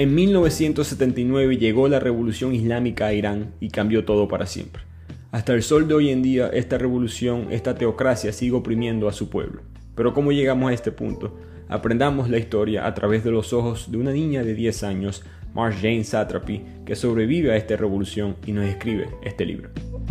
En 1979 llegó la revolución islámica a Irán y cambió todo para siempre. Hasta el sol de hoy en día, esta revolución, esta teocracia sigue oprimiendo a su pueblo. Pero ¿cómo llegamos a este punto? Aprendamos la historia a través de los ojos de una niña de 10 años, Marjane Satrapi, que sobrevive a esta revolución y nos escribe este libro.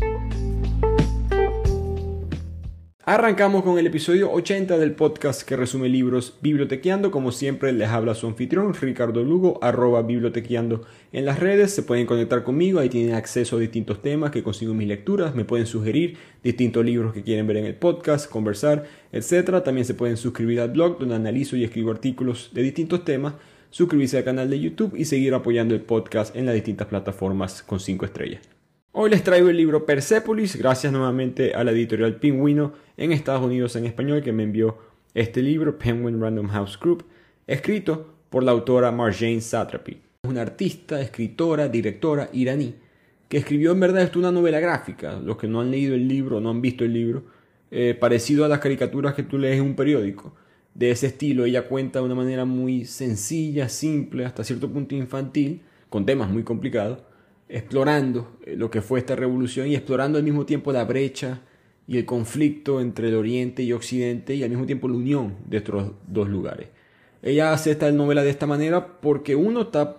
Arrancamos con el episodio 80 del podcast que resume libros Bibliotequeando. Como siempre les habla su anfitrión Ricardo Lugo, @bibliotequeando en las redes. Se pueden conectar conmigo, ahí tienen acceso a distintos temas que consigo en mis lecturas. Me pueden sugerir distintos libros que quieren ver en el podcast, conversar, etc. También se pueden suscribir al blog donde analizo y escribo artículos de distintos temas, suscribirse al canal de YouTube y seguir apoyando el podcast en las distintas plataformas con 5 estrellas. Hoy les traigo el libro Persepolis, gracias nuevamente a la editorial Pingüino en Estados Unidos en español que me envió este libro, Penguin Random House Group, escrito por la autora Marjane Satrapi. Es una artista, escritora, directora iraní que escribió en verdad esto una novela gráfica. Los que no han leído el libro, no han visto el libro, parecido a las caricaturas que tú lees en un periódico. De ese estilo, ella cuenta de una manera muy sencilla, simple, hasta cierto punto infantil, con temas muy complicados, explorando lo que fue esta revolución y explorando al mismo tiempo la brecha y el conflicto entre el Oriente y Occidente y al mismo tiempo la unión de estos dos lugares. Ella hace esta novela de esta manera porque uno está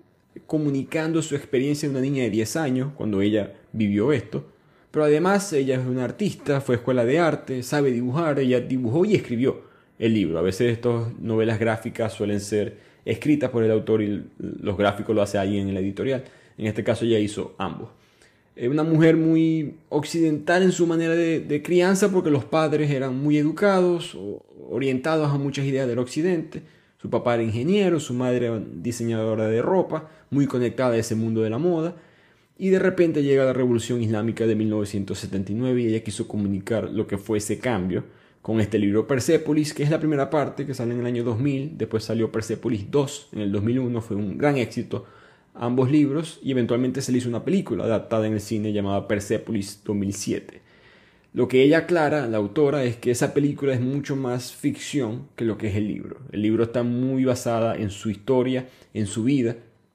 comunicando su experiencia de una niña de 10 años cuando ella vivió esto, pero además ella es una artista, fue a escuela de arte, sabe dibujar, ella dibujó y escribió el libro. A veces estas novelas gráficas suelen ser escritas por el autor y los gráficos lo hace alguien en la editorial. En este caso ella hizo ambos. Una mujer muy occidental en su manera de crianza porque los padres eran muy educados, orientados a muchas ideas del occidente. Su papá era ingeniero, su madre era diseñadora de ropa, muy conectada a ese mundo de la moda. Y de repente llega la revolución islámica de 1979 y ella quiso comunicar lo que fue ese cambio con este libro Persepolis, que es la primera parte que sale en el año 2000. Después salió Persepolis 2 en el 2001, fue un gran éxito ambos libros y eventualmente se le hizo una película adaptada en el cine llamada Persepolis 2007. Lo que ella aclara, la autora, es que esa película es mucho más ficción que lo que es el libro. El libro está muy basada en su historia, en su vida,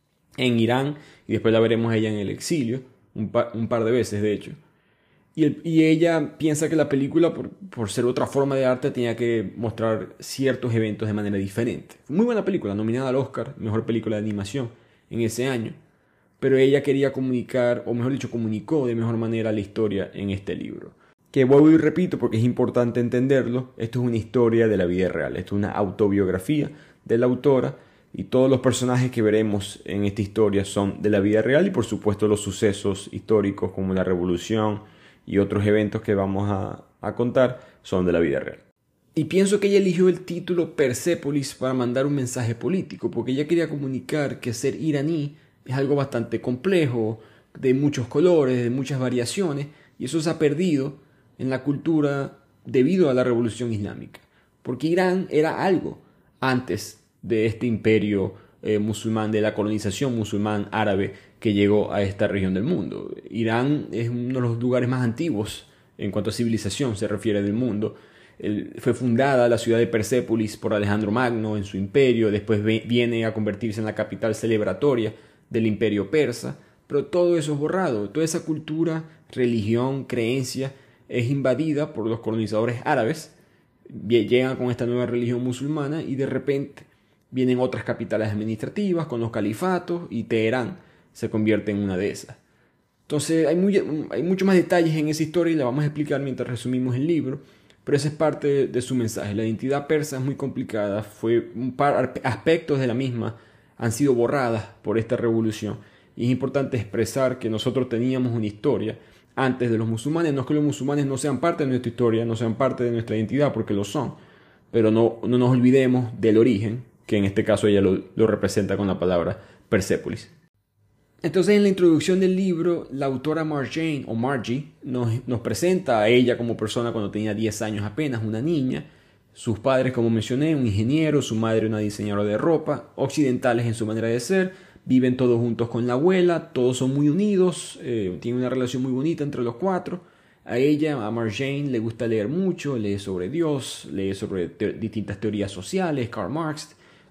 en Irán, y después la veremos a ella en el exilio, un par de veces de hecho. Y ella piensa que la película, por ser otra forma de arte, tenía que mostrar ciertos eventos de manera diferente. Muy buena película, nominada al Oscar, mejor película de animación en ese año, pero ella quería comunicar, o mejor dicho, comunicó de mejor manera la historia en este libro. Que vuelvo y repito porque es importante entenderlo, esto es una historia de la vida real, esto es una autobiografía de la autora y todos los personajes que veremos en esta historia son de la vida real y por supuesto los sucesos históricos como la revolución y otros eventos que vamos a contar son de la vida real. Y pienso que ella eligió el título Persepolis para mandar un mensaje político, porque ella quería comunicar que ser iraní es algo bastante complejo, de muchos colores, de muchas variaciones, y eso se ha perdido en la cultura debido a la revolución islámica. Porque Irán era algo antes de este imperio musulmán, de la colonización musulmán árabe que llegó a esta región del mundo. Irán es uno de los lugares más antiguos en cuanto a civilización se refiere del mundo. Fue fundada la ciudad de Persépolis por Alejandro Magno en su imperio, después viene a convertirse en la capital celebratoria del imperio persa, pero todo eso es borrado, toda esa cultura, religión, creencia es invadida por los colonizadores árabes, llegan con esta nueva religión musulmana y de repente vienen otras capitales administrativas con los califatos y Teherán se convierte en una de esas. Entonces hay muchos más detalles en esa historia y la vamos a explicar mientras resumimos el libro. Pero ese es parte de su mensaje. La identidad persa es muy complicada. Un par aspectos de la misma han sido borradas por esta revolución. Y es importante expresar que nosotros teníamos una historia antes de los musulmanes. No es que los musulmanes no sean parte de nuestra historia, no sean parte de nuestra identidad, porque lo son. Pero no nos olvidemos del origen, que en este caso ella lo representa con la palabra Persépolis. Entonces en la introducción del libro, la autora Marjane, o Margie, nos presenta a ella como persona cuando tenía 10 años apenas, una niña. Sus padres, como mencioné, un ingeniero, su madre una diseñadora de ropa, occidentales en su manera de ser, viven todos juntos con la abuela, todos son muy unidos, tienen una relación muy bonita entre los cuatro. A ella, a Marjane, le gusta leer mucho, lee sobre Dios, lee sobre distintas teorías sociales, Karl Marx,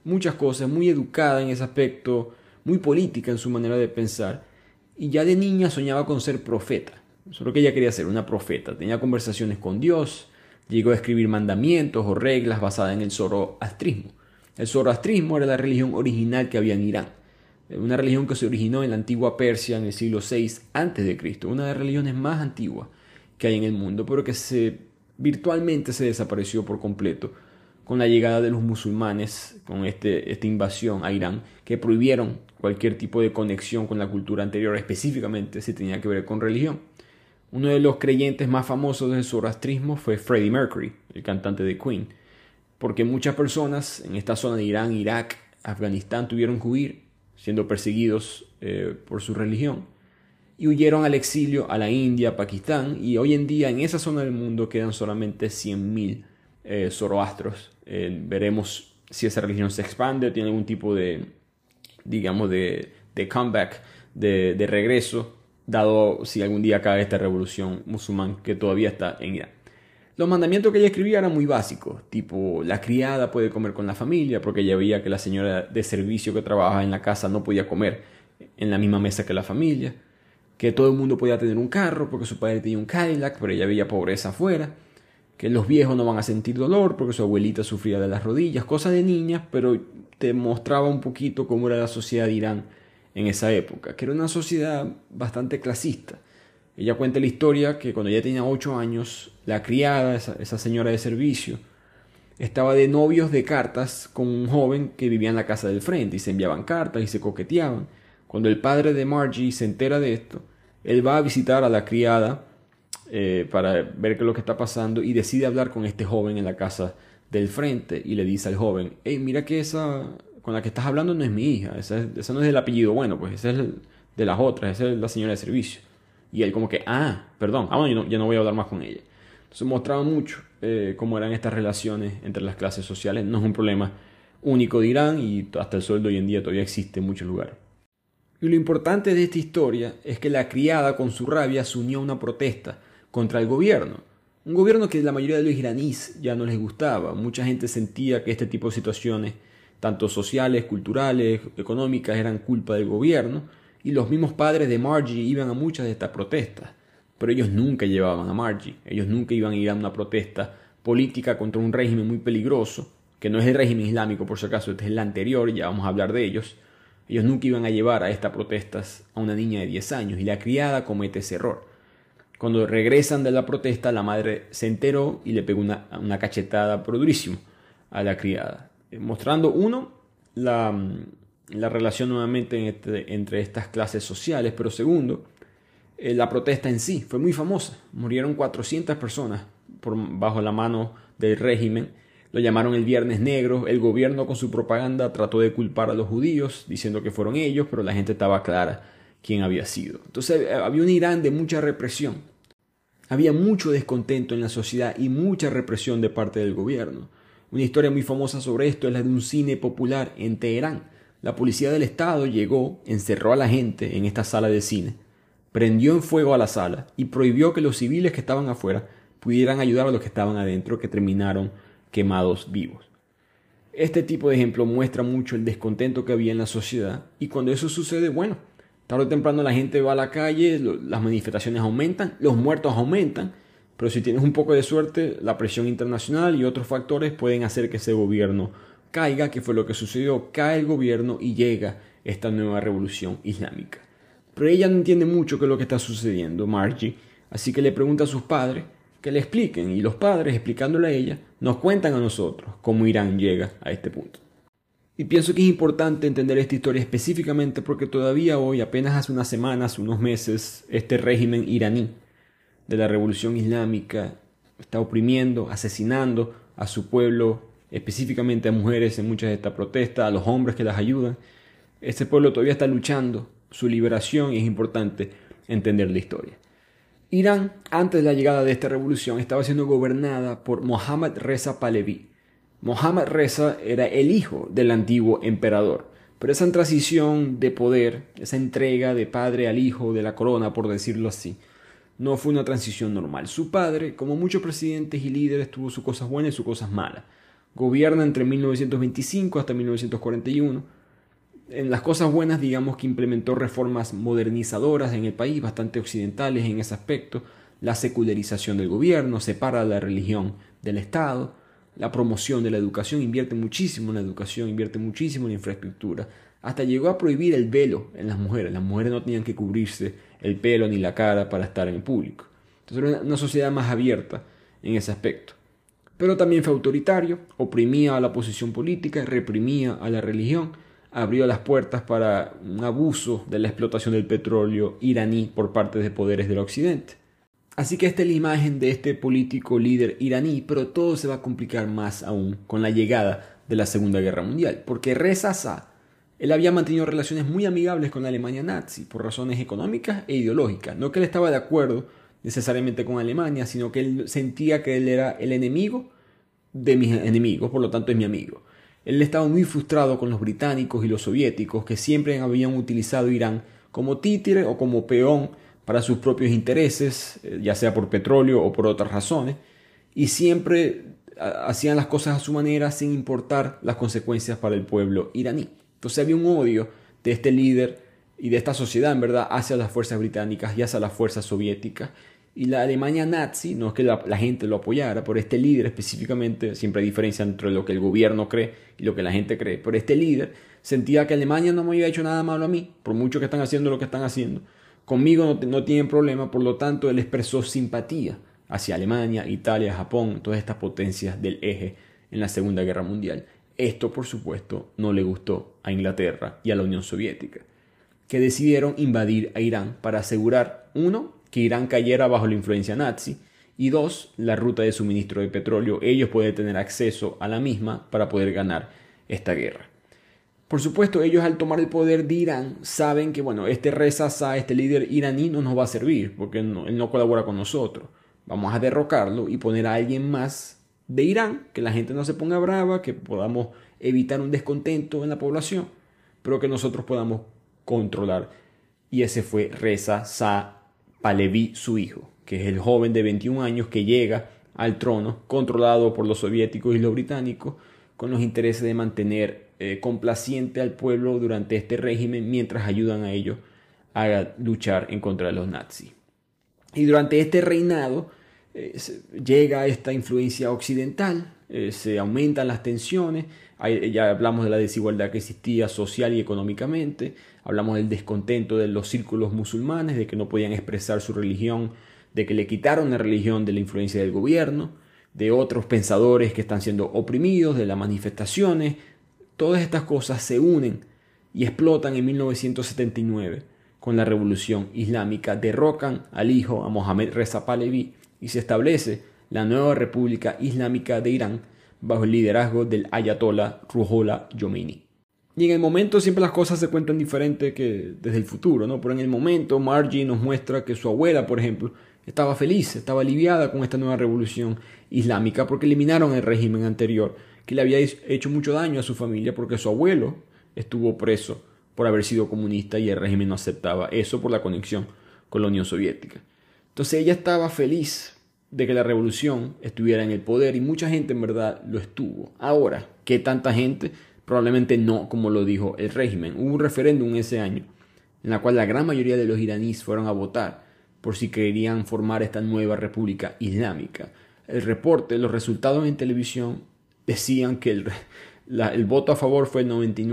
muchas cosas, muy educada en ese aspecto, muy política en su manera de pensar. Y ya de niña soñaba con ser profeta. Eso es lo que ella quería ser, una profeta. Tenía conversaciones con Dios, llegó a escribir mandamientos o reglas basadas en el zoroastrismo. El zoroastrismo era la religión original que había en Irán. Una religión que se originó en la antigua Persia en el siglo VI a.C., una de las religiones más antiguas que hay en el mundo, pero que virtualmente se desapareció por completo con la llegada de los musulmanes, con esta invasión a Irán, que prohibieron cualquier tipo de conexión con la cultura anterior, específicamente si tenía que ver con religión. Uno de los creyentes más famosos del zoroastrismo fue Freddie Mercury, el cantante de Queen, porque muchas personas en esta zona de Irán, Irak, Afganistán tuvieron que huir, siendo perseguidos por su religión, y huyeron al exilio a la India, Pakistán, y hoy en día en esa zona del mundo quedan solamente 100.000 zoroastros. Veremos si esa religión se expande o tiene algún tipo de, digamos, de comeback, de regreso, dado si algún día cae esta revolución musulmán que todavía está en Irán. Los mandamientos que ella escribía eran muy básicos, tipo la criada puede comer con la familia, porque ella veía que la señora de servicio que trabajaba en la casa no podía comer en la misma mesa que la familia, que todo el mundo podía tener un carro porque su padre tenía un Cadillac, pero ella veía pobreza afuera, que los viejos no van a sentir dolor porque su abuelita sufría de las rodillas, cosas de niñas, pero te mostraba un poquito cómo era la sociedad de Irán en esa época, que era una sociedad bastante clasista. Ella cuenta la historia que cuando ella tenía 8 años, la criada, esa señora de servicio, estaba de novios de cartas con un joven que vivía en la casa del frente y se enviaban cartas y se coqueteaban. Cuando el padre de Margie se entera de esto, él va a visitar a la criada para ver qué es lo que está pasando y decide hablar con este joven en la casa del frente y le dice al joven: hey, mira que esa con la que estás hablando no es mi hija, esa no es del apellido bueno, pues esa es de las otras, esa es la señora de servicio. Y él como que, perdón, bueno, ya no voy a hablar más con ella. Entonces mostraba mucho cómo eran estas relaciones entre las clases sociales. No es un problema único de Irán y hasta el sol de hoy en día todavía existe en muchos lugares. Y lo importante de esta historia es que la criada con su rabia se unió a una protesta contra el gobierno. Un gobierno que la mayoría de los iraníes ya no les gustaba. Mucha gente sentía que este tipo de situaciones, tanto sociales, culturales, económicas, eran culpa del gobierno. Y los mismos padres de Margie iban a muchas de estas protestas. Pero ellos nunca llevaban a Margie. Ellos nunca iban a ir a una protesta política contra un régimen muy peligroso, que no es el régimen islámico por si acaso, este es el anterior, ya vamos a hablar de ellos. Ellos nunca iban a llevar a estas protestas a una niña de 10 años y la criada comete ese error. Cuando regresan de la protesta, la madre se enteró y le pegó una cachetada pero durísimo a la criada, mostrando la relación nuevamente entre estas clases sociales, pero segundo, la protesta en sí fue muy famosa. Murieron 400 personas bajo la mano del régimen. Lo llamaron el Viernes Negro. El gobierno con su propaganda trató de culpar a los judíos diciendo que fueron ellos, pero la gente estaba clara quién había sido. Entonces había un Irán de mucha represión. Había mucho descontento en la sociedad y mucha represión de parte del gobierno. Una historia muy famosa sobre esto es la de un cine popular en Teherán. La policía del estado llegó, encerró a la gente en esta sala de cine, prendió en fuego a la sala y prohibió que los civiles que estaban afuera pudieran ayudar a los que estaban adentro, que terminaron quemados vivos. Este tipo de ejemplo muestra mucho el descontento que había en la sociedad y cuando eso sucede, bueno, tarde o temprano la gente va a la calle, las manifestaciones aumentan, los muertos aumentan, pero si tienes un poco de suerte, la presión internacional y otros factores pueden hacer que ese gobierno caiga, que fue lo que sucedió. Cae el gobierno y llega esta nueva revolución islámica. Pero ella no entiende mucho qué es lo que está sucediendo, Margie, así que le pregunta a sus padres que le expliquen, y los padres, explicándole a ella, nos cuentan a nosotros cómo Irán llega a este punto. Y pienso que es importante entender esta historia específicamente porque todavía hoy, apenas hace unas semanas, unos meses, este régimen iraní de la revolución islámica está oprimiendo, asesinando a su pueblo, específicamente a mujeres en muchas de estas protestas, a los hombres que las ayudan. Este pueblo todavía está luchando su liberación y es importante entender la historia. Irán, antes de la llegada de esta revolución, estaba siendo gobernada por Mohammad Reza Pahlaví. Mohammad Reza era el hijo del antiguo emperador, pero esa transición de poder, esa entrega de padre al hijo de la corona, por decirlo así, no fue una transición normal. Su padre, como muchos presidentes y líderes, tuvo sus cosas buenas y sus cosas malas. Gobierna entre 1925 hasta 1941. En las cosas buenas, digamos que implementó reformas modernizadoras en el país, bastante occidentales en ese aspecto. La secularización del gobierno, separa la religión del Estado, la promoción de la educación, invierte muchísimo en la educación, invierte muchísimo en la infraestructura. Hasta llegó a prohibir el velo en las mujeres. Las mujeres no tenían que cubrirse el pelo ni la cara para estar en el público. Entonces era una sociedad más abierta en ese aspecto. Pero también fue autoritario, oprimía a la oposición política, reprimía a la religión, abrió las puertas para un abuso de la explotación del petróleo iraní por parte de poderes del occidente. Así que esta es la imagen de este político líder iraní, pero todo se va a complicar más aún con la llegada de la Segunda Guerra Mundial, porque Reza Shah, él había mantenido relaciones muy amigables con la Alemania nazi por razones económicas e ideológicas. No que él estaba de acuerdo necesariamente con Alemania, sino que él sentía que él era el enemigo de mis enemigos, por lo tanto es mi amigo. Él estaba muy frustrado con los británicos y los soviéticos, que siempre habían utilizado Irán como títere o como peón para sus propios intereses, ya sea por petróleo o por otras razones, y siempre hacían las cosas a su manera sin importar las consecuencias para el pueblo iraní. Entonces había un odio de este líder y de esta sociedad, en verdad, hacia las fuerzas británicas y hacia las fuerzas soviéticas. Y la Alemania nazi, no es que la gente lo apoyara, por este líder específicamente, siempre hay diferencia entre lo que el gobierno cree y lo que la gente cree, pero este líder sentía que Alemania no me había hecho nada malo a mí, por mucho que están haciendo lo que están haciendo. Conmigo no tienen problema, por lo tanto él expresó simpatía hacia Alemania, Italia, Japón, todas estas potencias del eje en la Segunda Guerra Mundial. Esto, por supuesto, no le gustó a Inglaterra y a la Unión Soviética, que decidieron invadir a Irán para asegurar, uno, que Irán cayera bajo la influencia nazi, y dos, la ruta de suministro de petróleo, ellos pueden tener acceso a la misma para poder ganar esta guerra. Por supuesto, ellos al tomar el poder de Irán saben que, bueno, este Reza Shah, este líder iraní, no nos va a servir porque él no colabora con nosotros. Vamos a derrocarlo y poner a alguien más de Irán, que la gente no se ponga brava, que podamos evitar un descontento en la población, pero que nosotros podamos controlar. Y ese fue Reza Shah Pahlaví, su hijo, que es el joven de 21 años que llega al trono, controlado por los soviéticos y los británicos, con los intereses de mantener complaciente al pueblo durante este régimen mientras ayudan a ellos a luchar en contra de los nazis. Y durante este reinado llega esta influencia occidental, se aumentan las tensiones, ya hablamos de la desigualdad que existía social y económicamente, hablamos del descontento de los círculos musulmanes, de que no podían expresar su religión, de que le quitaron la religión de la influencia del gobierno, de otros pensadores que están siendo oprimidos, de las manifestaciones. Todas estas cosas se unen y explotan en 1979 con la Revolución Islámica, derrocan al hijo, a Mohammad Reza Pahlaví, y se establece la nueva República Islámica de Irán bajo el liderazgo del Ayatollah Ruhollah Khomeini. Y en el momento siempre las cosas se cuentan diferente que desde el futuro, ¿no? Pero en el momento Margie nos muestra que su abuela, por ejemplo, estaba feliz, estaba aliviada con esta nueva revolución islámica porque eliminaron el régimen anterior que le había hecho mucho daño a su familia porque su abuelo estuvo preso por haber sido comunista y el régimen no aceptaba eso por la conexión con la Unión Soviética. Entonces ella estaba feliz de que la revolución estuviera en el poder y mucha gente en verdad lo estuvo. Ahora, ¿qué tanta gente? Probablemente no como lo dijo el régimen. Hubo un referéndum ese año en la cual la gran mayoría de los iraníes fueron a votar por si querían formar esta nueva república islámica. El reporte, los resultados en televisión decían que el voto a favor fue el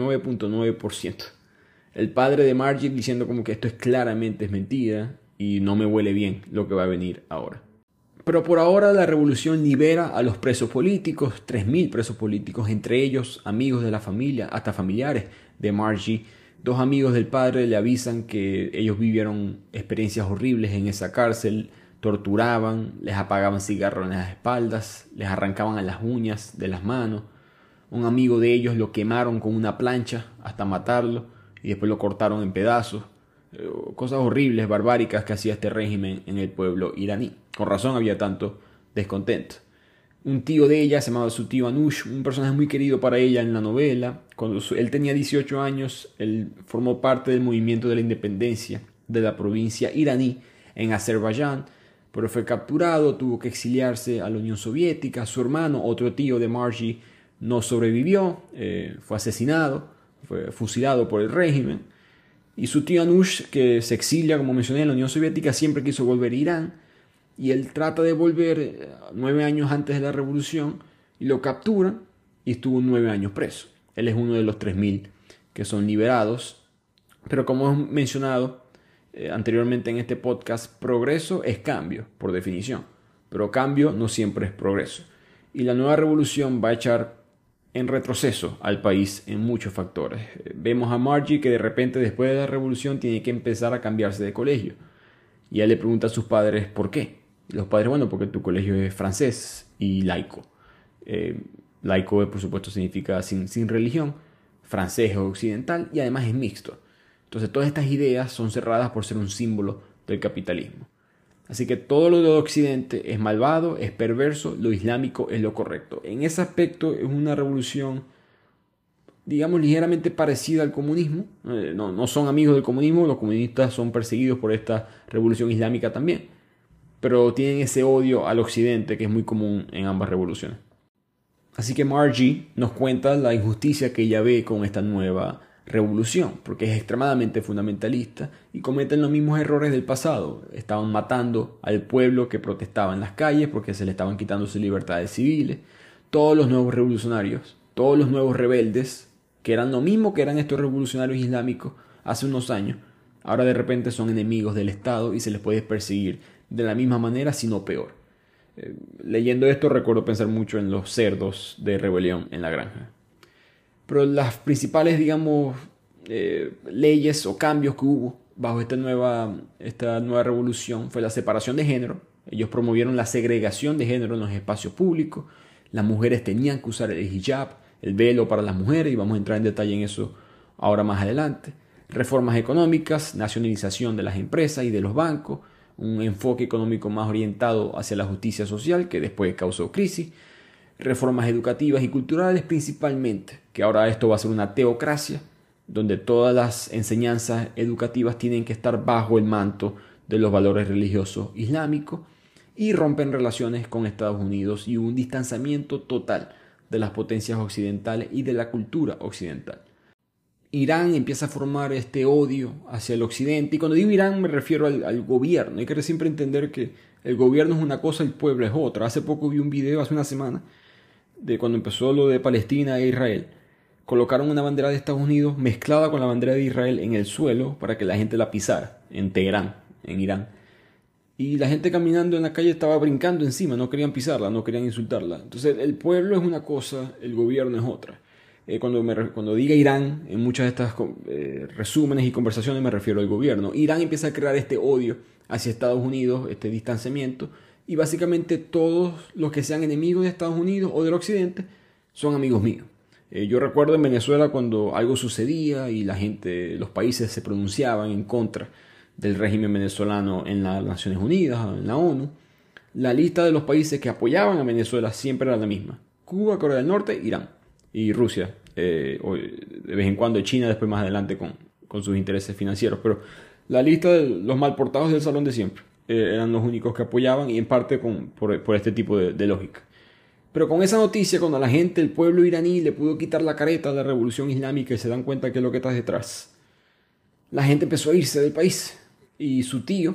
99.9%. El padre de Margie diciendo como que esto es claramente mentira y no me huele bien lo que va a venir ahora. Pero por ahora la revolución libera a los presos políticos, 3.000 presos políticos, entre ellos amigos de la familia, hasta familiares de Margie. 2 amigos del padre le avisan que ellos vivieron experiencias horribles en esa cárcel, torturaban, les apagaban cigarros en las espaldas, les arrancaban las uñas de las manos. Un amigo de ellos lo quemaron con una plancha hasta matarlo y después lo cortaron en pedazos. Cosas horribles, barbáricas que hacía este régimen en el pueblo iraní. Con razón había tanto descontento. Un tío de ella, se llamaba su tío Anush, un personaje muy querido para ella en la novela. Cuando él tenía 18 años, él formó parte del movimiento de la independencia de la provincia iraní en Azerbaiyán, pero fue capturado, tuvo que exiliarse a la Unión Soviética. Su hermano, otro tío de Margie, no sobrevivió, fue asesinado, fue fusilado por el régimen. Y su tío Anush, que se exilia, como mencioné, en la Unión Soviética, siempre quiso volver a Irán. Y él trata de volver 9 años antes de la revolución y lo capturan y estuvo 9 años preso. Él es uno de los 3.000 que son liberados. Pero como hemos mencionado anteriormente en este podcast, progreso es cambio, por definición. Pero cambio no siempre es progreso. Y la nueva revolución va a echar en retroceso al país en muchos factores. Vemos a Margie que de repente después de la revolución tiene que empezar a cambiarse de colegio. Y él le pregunta a sus padres por qué. Y los padres, bueno, porque tu colegio es francés y laico. Laico, por supuesto, significa sin religión. Francés o occidental y además es mixto. Entonces todas estas ideas son cerradas por ser un símbolo del capitalismo. Así que todo lo de Occidente es malvado, es perverso, lo islámico es lo correcto. En ese aspecto es una revolución, digamos, ligeramente parecida al comunismo. No son amigos del comunismo, los comunistas son perseguidos por esta revolución islámica también. Pero tienen ese odio al Occidente que es muy común en ambas revoluciones. Así que Margie nos cuenta la injusticia que ella ve con esta nueva revolución, porque es extremadamente fundamentalista y cometen los mismos errores del pasado. Estaban matando al pueblo que protestaba en las calles porque se le estaban quitando sus libertades civiles. Todos los nuevos revolucionarios, todos los nuevos rebeldes, que eran lo mismo que eran estos revolucionarios islámicos hace unos años, ahora de repente son enemigos del Estado y se les puede perseguir de la misma manera, si no peor. Leyendo esto recuerdo pensar mucho en los cerdos de rebelión en la granja. Pero las principales, digamos, leyes o cambios que hubo bajo esta nueva revolución fue la separación de género. Ellos promovieron la segregación de género en los espacios públicos. Las mujeres tenían que usar el hijab, el velo para las mujeres, y vamos a entrar en detalle en eso ahora más adelante. Reformas económicas, nacionalización de las empresas y de los bancos, un enfoque económico más orientado hacia la justicia social que después causó crisis. Reformas educativas y culturales principalmente, que ahora esto va a ser una teocracia, donde todas las enseñanzas educativas tienen que estar bajo el manto de los valores religiosos islámicos, y rompen relaciones con Estados Unidos y un distanciamiento total de las potencias occidentales y de la cultura occidental. Irán empieza a formar este odio hacia el occidente, y cuando digo Irán me refiero al gobierno. Hay que siempre entender que el gobierno es una cosa y el pueblo es otra. Hace poco vi un video, hace una semana, de cuando empezó lo de Palestina e Israel. Colocaron una bandera de Estados Unidos mezclada con la bandera de Israel en el suelo para que la gente la pisara, en Teherán, en Irán. Y la gente caminando en la calle estaba brincando encima, no querían pisarla, no querían insultarla. Entonces el pueblo es una cosa, el gobierno es otra. Cuando diga Irán, en muchas de estas resúmenes y conversaciones me refiero al gobierno. Irán empieza a crear este odio hacia Estados Unidos, este distanciamiento, y básicamente todos los que sean enemigos de Estados Unidos o del occidente son amigos míos. Yo recuerdo en Venezuela cuando algo sucedía y la gente, los países se pronunciaban en contra del régimen venezolano en las Naciones Unidas, en la ONU, la lista de los países que apoyaban a Venezuela siempre era la misma: Cuba, Corea del Norte, Irán y Rusia, de vez en cuando China después más adelante con sus intereses financieros, pero la lista de los malportados del salón de siempre eran los únicos que apoyaban, y en parte por este tipo de lógica. Pero con esa noticia, cuando a la gente, el pueblo iraní, le pudo quitar la careta a la revolución islámica y se dan cuenta que es lo que está detrás, la gente empezó a irse del país. Y su tío,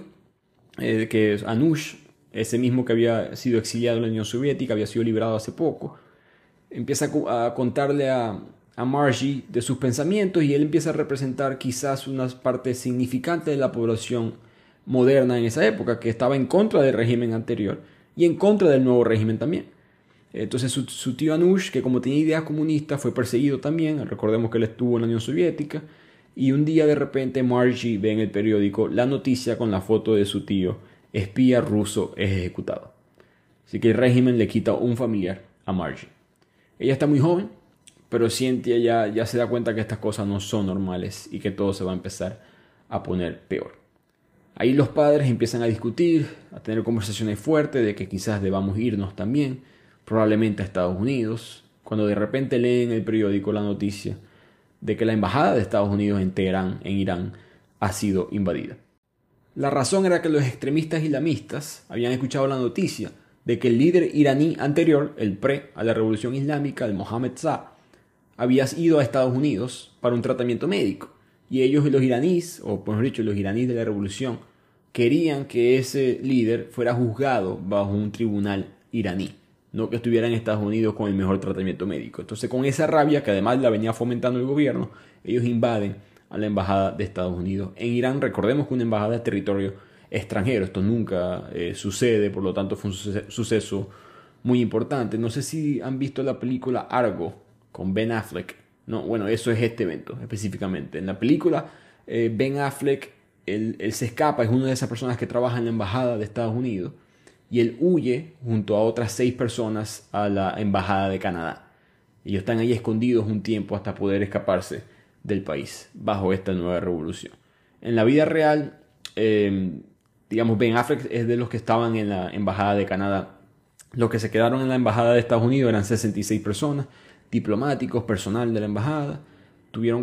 que es Anush, ese mismo que había sido exiliado en la Unión Soviética, había sido liberado hace poco, empieza a contarle a Margie de sus pensamientos, y él empieza a representar quizás una parte significante de la población moderna en esa época, que estaba en contra del régimen anterior y en contra del nuevo régimen también. Entonces su tío Anush, que como tenía ideas comunistas, fue perseguido también. Recordemos que él estuvo en la Unión Soviética, y un día de repente Margie ve en el periódico la noticia con la foto de su tío, espía ruso, es ejecutado. Así que el régimen le quita un familiar a Margie. Ella está muy joven, pero Cynthia ya se da cuenta que estas cosas no son normales y que todo se va a empezar a poner peor. Ahí los padres empiezan a discutir, a tener conversaciones fuertes de que quizás debamos irnos también, probablemente a Estados Unidos, cuando de repente leen en el periódico la noticia de que la embajada de Estados Unidos en Teherán, en Irán, ha sido invadida. La razón era que los extremistas islamistas habían escuchado la noticia de que el líder iraní anterior, el pre a la revolución islámica, el Mohammed Shah, había ido a Estados Unidos para un tratamiento médico. Y ellos, los iraníes, o mejor dicho, los iraníes de la revolución, querían que ese líder fuera juzgado bajo un tribunal iraní, no que estuviera en Estados Unidos con el mejor tratamiento médico. Entonces, con esa rabia, que además la venía fomentando el gobierno, ellos invaden a la embajada de Estados Unidos en Irán. Recordemos que una embajada es territorio extranjero, esto nunca sucede, por lo tanto fue un suceso muy importante. No sé si han visto la película Argo con Ben Affleck. No, bueno, eso es este evento específicamente. En la película, Ben Affleck, él se escapa, es una de esas personas que trabaja en la embajada de Estados Unidos, y él huye junto a otras 6 personas a la embajada de Canadá. Ellos están ahí escondidos un tiempo hasta poder escaparse del país bajo esta nueva revolución. En la vida real, digamos, Ben Affleck es de los que estaban en la embajada de Canadá. Los que se quedaron en la embajada de Estados Unidos eran 66 personas, diplomáticos, personal de la embajada. Tuvieron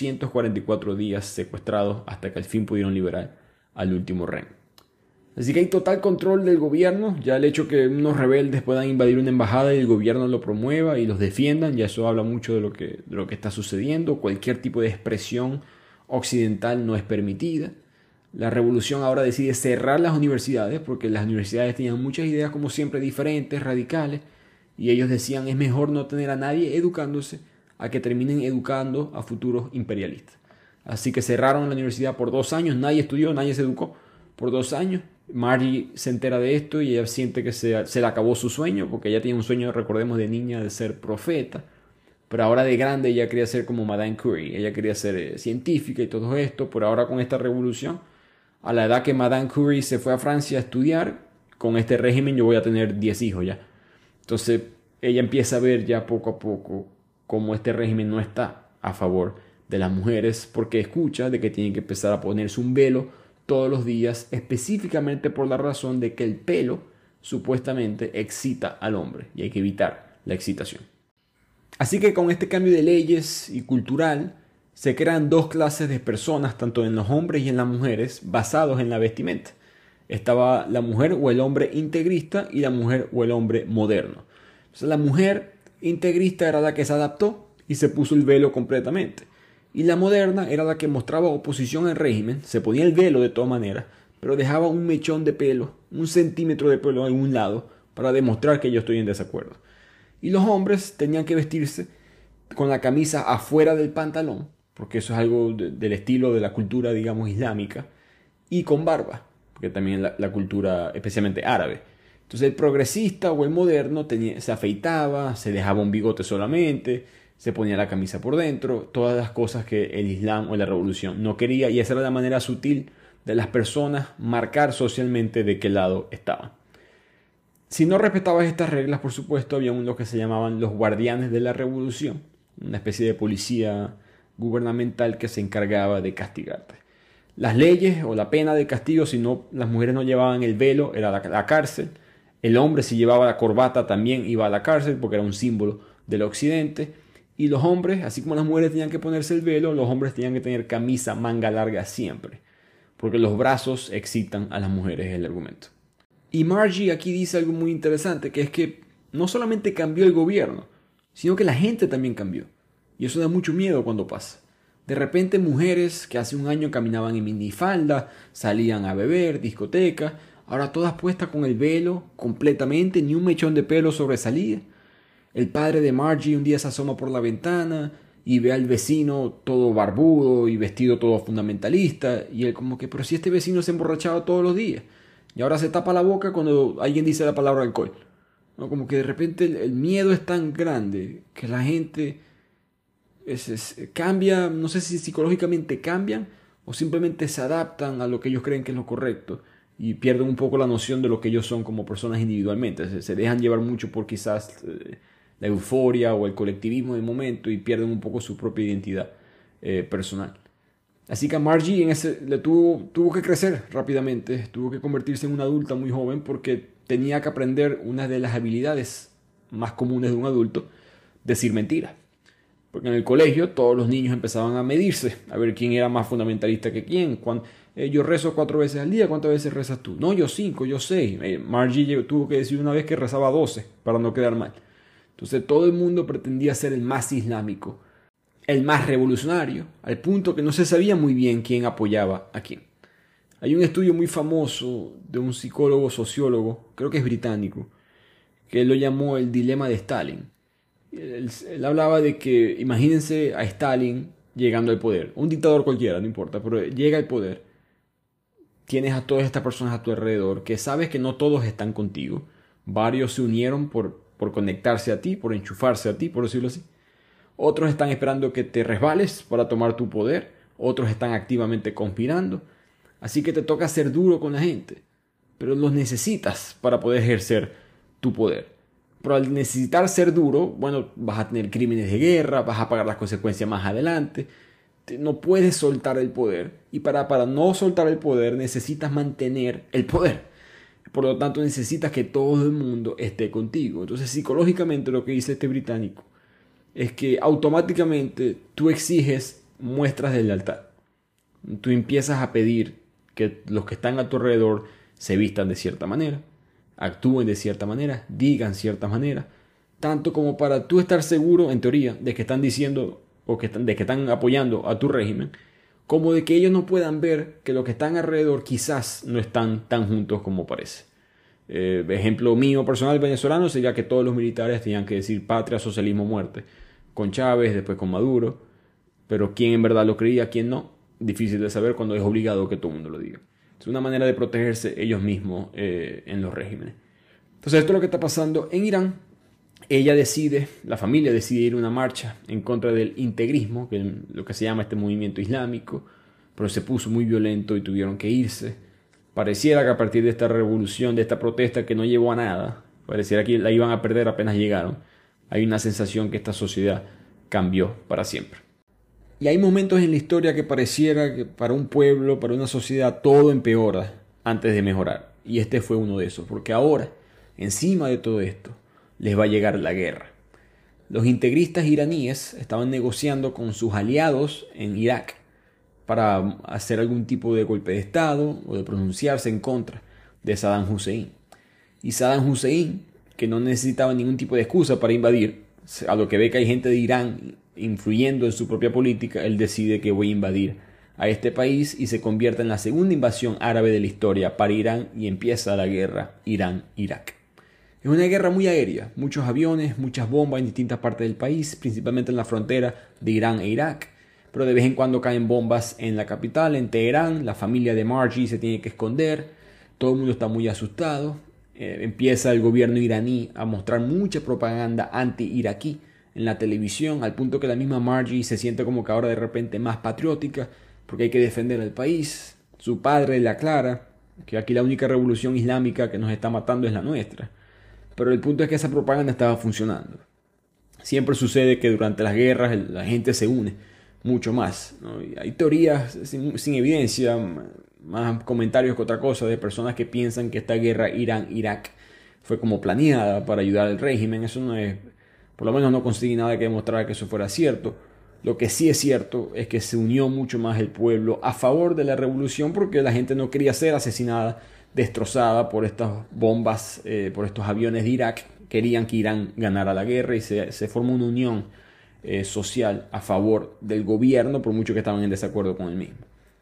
444 días secuestrados hasta que al fin pudieron liberar al último rehén. Así que hay total control del gobierno. Ya el hecho que unos rebeldes puedan invadir una embajada y el gobierno lo promueva y los defiendan, ya eso habla mucho de lo que está sucediendo. Cualquier tipo de expresión occidental no es permitida. La revolución ahora decide cerrar las universidades, porque las universidades tenían muchas ideas, como siempre, diferentes, radicales, y ellos decían: es mejor no tener a nadie educándose a que terminen educando a futuros imperialistas. Así que cerraron la universidad por 2 años, nadie estudió, nadie se educó por 2 años. Margie se entera de esto y ella siente que se le acabó su sueño, porque ella tiene un sueño, recordemos, de niña de ser profeta, pero ahora de grande ella quería ser como Madame Curie, ella quería ser científica y todo esto. Pero ahora, con esta revolución, a la edad que Madame Curie se fue a Francia a estudiar, con este régimen yo voy a tener 10 hijos ya. Entonces ella empieza a ver ya poco a poco cómo este régimen no está a favor de las mujeres, porque escucha de que tienen que empezar a ponerse un velo todos los días, específicamente por la razón de que el pelo supuestamente excita al hombre y hay que evitar la excitación. Así que con este cambio de leyes y cultural se crean 2 clases de personas, tanto en los hombres y en las mujeres, basados en la vestimenta. Estaba la mujer o el hombre integrista y la mujer o el hombre moderno. Entonces, la mujer integrista era la que se adaptó y se puso el velo completamente. Y la moderna era la que mostraba oposición al régimen, se ponía el velo de todas maneras, pero dejaba un mechón de pelo, 1 centímetro de pelo en un lado, para demostrar que yo estoy en desacuerdo. Y los hombres tenían que vestirse con la camisa afuera del pantalón, porque eso es algo del estilo de la cultura, digamos, islámica, y con barba, porque también la cultura especialmente árabe. Entonces el progresista o el moderno se afeitaba, se dejaba un bigote solamente, se ponía la camisa por dentro, todas las cosas que el Islam o la revolución no quería, y esa era la manera sutil de las personas marcar socialmente de qué lado estaban. Si no respetabas estas reglas, por supuesto, había unos que se llamaban los guardianes de la revolución, una especie de policía gubernamental que se encargaba de castigarte. Las leyes o la pena de castigo, si no, las mujeres no llevaban el velo, era la cárcel. El hombre, si llevaba la corbata, también iba a la cárcel, porque era un símbolo del occidente. Y los hombres, así como las mujeres tenían que ponerse el velo, los hombres tenían que tener camisa manga larga siempre, porque los brazos excitan a las mujeres, es el argumento. Y Margie aquí dice algo muy interesante, que es que no solamente cambió el gobierno, sino que la gente también cambió. Y eso da mucho miedo cuando pasa. De repente, mujeres que hace un año caminaban en minifalda, salían a beber, discoteca, ahora todas puestas con el velo completamente, ni un mechón de pelo sobresalía. El padre de Margie un día se asoma por la ventana y ve al vecino todo barbudo y vestido todo fundamentalista, y él como que: pero si este vecino se emborrachaba todos los días y ahora se tapa la boca cuando alguien dice la palabra alcohol, ¿no? Como que de repente el miedo es tan grande que la gente cambia, no sé si psicológicamente cambian o simplemente se adaptan a lo que ellos creen que es lo correcto y pierden un poco la noción de lo que ellos son como personas individualmente. Se dejan llevar mucho por quizás la euforia o el colectivismo del momento y pierden un poco su propia identidad personal. Así que a Margie le tuvo que crecer rápidamente, tuvo que convertirse en una adulta muy joven, porque tenía que aprender una de las habilidades más comunes de un adulto: decir mentiras. Porque en el colegio todos los niños empezaban a medirse, a ver quién era más fundamentalista que quién. Yo rezo 4 veces al día, ¿cuántas veces rezas tú? No, yo 5, yo 6. Margie tuvo que decir una vez que rezaba 12 para no quedar mal. Entonces todo el mundo pretendía ser el más islámico, el más revolucionario, al punto que no se sabía muy bien quién apoyaba a quién. Hay un estudio muy famoso de un psicólogo sociólogo, creo que es británico, que él lo llamó el dilema de Stalin. Él hablaba de que, imagínense a Stalin llegando al poder, un dictador cualquiera, no importa, pero llega al poder. Tienes a todas estas personas a tu alrededor que sabes que no todos están contigo. Varios se unieron por conectarse a ti, por enchufarse a ti, por decirlo así. Otros están esperando que te resbales para tomar tu poder. Otros están activamente conspirando. Así que te toca ser duro con la gente. Pero los necesitas para poder ejercer tu poder. Pero al necesitar ser duro, bueno, vas a tener crímenes de guerra, vas a pagar las consecuencias más adelante. No puedes soltar el poder. Y para no soltar el poder necesitas mantener el poder. Por lo tanto necesitas que todo el mundo esté contigo. Entonces psicológicamente lo que dice este británico es que automáticamente tú exiges muestras de lealtad. Tú empiezas a pedir que los que están a tu alrededor se vistan de cierta manera, actúen de cierta manera, digan cierta manera, tanto como para tú estar seguro, en teoría, de que están diciendo o de que están apoyando a tu régimen, como de que ellos no puedan ver que los que están alrededor quizás no están tan juntos como parece. Ejemplo mío personal venezolano sería que todos los militares tenían que decir patria, socialismo, muerte, con Chávez, después con Maduro, pero quién en verdad lo creía, quién no, difícil de saber cuando es obligado que todo el mundo lo diga. Es una manera de protegerse ellos mismos en los regímenes. Entonces esto es lo que está pasando en Irán. La familia decide ir a una marcha en contra del integrismo, que es lo que se llama este movimiento islámico, pero se puso muy violento y tuvieron que irse. Pareciera que a partir de esta revolución, de esta protesta que no llevó a nada, pareciera que la iban a perder apenas llegaron. Hay una sensación que esta sociedad cambió para siempre. Y hay momentos en la historia que pareciera que para un pueblo, para una sociedad, todo empeora antes de mejorar. Y este fue uno de esos, porque ahora, encima de todo esto, les va a llegar la guerra. Los integristas iraníes estaban negociando con sus aliados en Irak para hacer algún tipo de golpe de Estado o de pronunciarse en contra de Saddam Hussein. Y Saddam Hussein, que no necesitaba ningún tipo de excusa para invadir, a lo que ve que hay gente de Irán influyendo en su propia política, él decide que voy a invadir a este país y se convierte en la segunda invasión árabe de la historia para Irán y empieza la guerra Irán-Irak. Es una guerra muy aérea, muchos aviones, muchas bombas en distintas partes del país, principalmente en la frontera de Irán e Irak, pero de vez en cuando caen bombas en la capital, en Teherán. La familia de Margie se tiene que esconder, todo el mundo está muy asustado. Empieza el gobierno iraní a mostrar mucha propaganda anti-iraquí en la televisión, al punto que la misma Margie se siente como que ahora de repente más patriótica, porque hay que defender al país. Su padre le aclara que aquí la única revolución islámica que nos está matando es la nuestra. Pero el punto es que esa propaganda estaba funcionando. Siempre sucede que durante las guerras la gente se une mucho más, ¿no? Y hay teorías sin evidencia, más comentarios que otra cosa, de personas que piensan que esta guerra Irán-Irak fue como planeada para ayudar al régimen. Eso no es, por lo menos no consigue nada que demostrar que eso fuera cierto. Lo que sí es cierto es que se unió mucho más el pueblo a favor de la revolución, porque la gente no quería ser asesinada, destrozada por estas bombas, por estos aviones de Irak. Querían que Irán ganara la guerra y se formó una unión social a favor del gobierno, por mucho que estaban en desacuerdo con el mismo.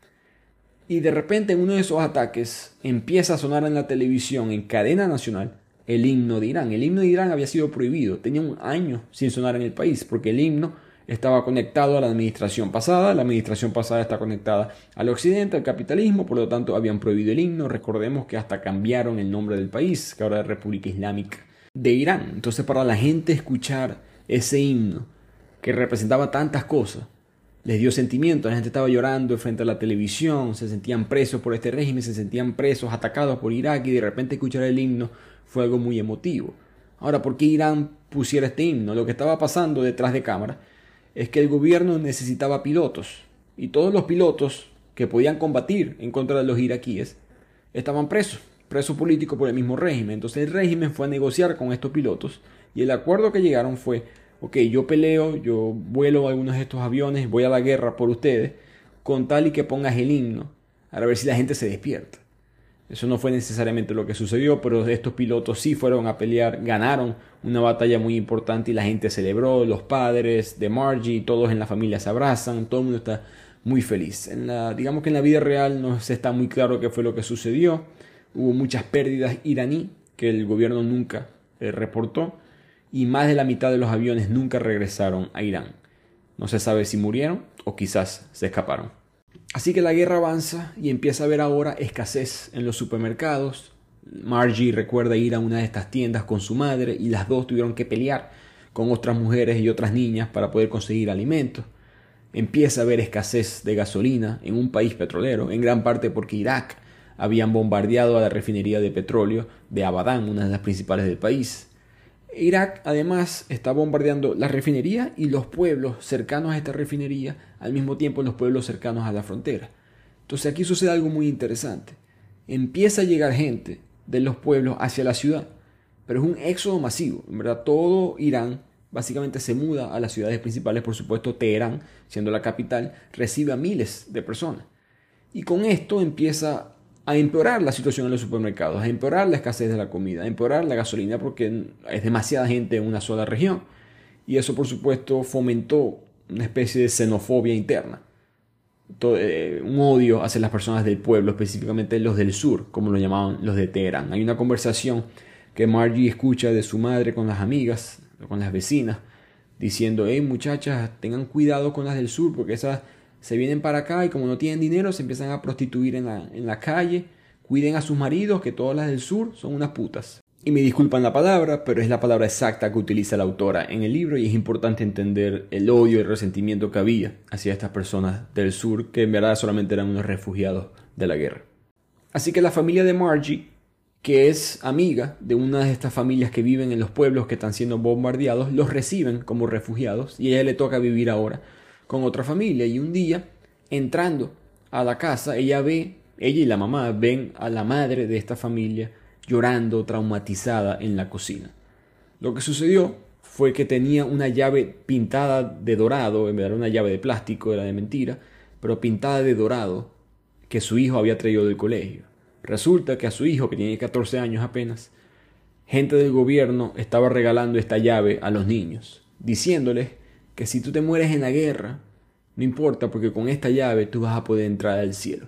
Y de repente en uno de esos ataques empieza a sonar en la televisión, en cadena nacional, el himno de Irán. El himno de Irán había sido prohibido, tenía un año sin sonar en el país, porque el himno estaba conectado a la administración pasada está conectada al occidente, al capitalismo, por lo tanto habían prohibido el himno. Recordemos que hasta cambiaron el nombre del país, que ahora es República Islámica de Irán. Entonces para la gente escuchar ese himno, que representaba tantas cosas, les dio sentimiento. La gente estaba llorando frente a la televisión, se sentían presos por este régimen, se sentían presos, atacados por Irak, y de repente escuchar el himno fue algo muy emotivo. Ahora, ¿por qué Irán pusiera este himno? Lo que estaba pasando detrás de cámara es que el gobierno necesitaba pilotos, y todos los pilotos que podían combatir en contra de los iraquíes estaban presos políticos por el mismo régimen. Entonces el régimen fue a negociar con estos pilotos, y el acuerdo que llegaron fue: ok, yo peleo, yo vuelo algunos de estos aviones, voy a la guerra por ustedes, con tal y que pongas el himno, a ver si la gente se despierta. Eso no fue necesariamente lo que sucedió, pero estos pilotos sí fueron a pelear, ganaron una batalla muy importante y la gente celebró, los padres de Margie, todos en la familia se abrazan, todo el mundo está muy feliz. Digamos que en la vida real no se está muy claro qué fue lo que sucedió. Hubo muchas pérdidas iraní que el gobierno nunca reportó y más de la mitad de los aviones nunca regresaron a Irán. No se sabe si murieron o quizás se escaparon. Así que la guerra avanza y empieza a haber ahora escasez en los supermercados. Margie recuerda ir a una de estas tiendas con su madre y las dos tuvieron que pelear con otras mujeres y otras niñas para poder conseguir alimentos. Empieza a haber escasez de gasolina en un país petrolero, en gran parte porque Irak habían bombardeado a la refinería de petróleo de Abadán, una de las principales del país. Irak además está bombardeando la refinería y los pueblos cercanos a esta refinería, al mismo tiempo los pueblos cercanos a la frontera. Entonces aquí sucede algo muy interesante. Empieza a llegar gente de los pueblos hacia la ciudad, pero es un éxodo masivo. En verdad todo Irán básicamente se muda a las ciudades principales, por supuesto Teherán, siendo la capital, recibe a miles de personas. Y con esto empieza a empeorar la situación en los supermercados, a empeorar la escasez de la comida, a empeorar la gasolina porque es demasiada gente en una sola región. Y eso por supuesto fomentó una especie de xenofobia interna, un odio hacia las personas del pueblo, específicamente los del sur, como lo llamaban los de Teherán. Hay una conversación que Margie escucha de su madre con las amigas, con las vecinas, diciendo, hey muchachas, tengan cuidado con las del sur porque esas se vienen para acá y como no tienen dinero se empiezan a prostituir en la calle. Cuiden a sus maridos que todas las del sur son unas putas. Y me disculpan la palabra, pero es la palabra exacta que utiliza la autora en el libro y es importante entender el odio y el resentimiento que había hacia estas personas del sur que en verdad solamente eran unos refugiados de la guerra. Así que la familia de Margie, que es amiga de una de estas familias que viven en los pueblos que están siendo bombardeados, los reciben como refugiados y a ella le toca vivir ahora con otra familia. Y un día, entrando a la casa, ella y la mamá ven a la madre de esta familia llorando, traumatizada en la cocina. Lo que sucedió fue que tenía una llave pintada de dorado, en vez de una llave de plástico, era de mentira, pero pintada de dorado, que su hijo había traído del colegio. Resulta que a su hijo, que tiene 14 años apenas, gente del gobierno estaba regalando esta llave a los niños, diciéndoles que si tú te mueres en la guerra, no importa porque con esta llave tú vas a poder entrar al cielo.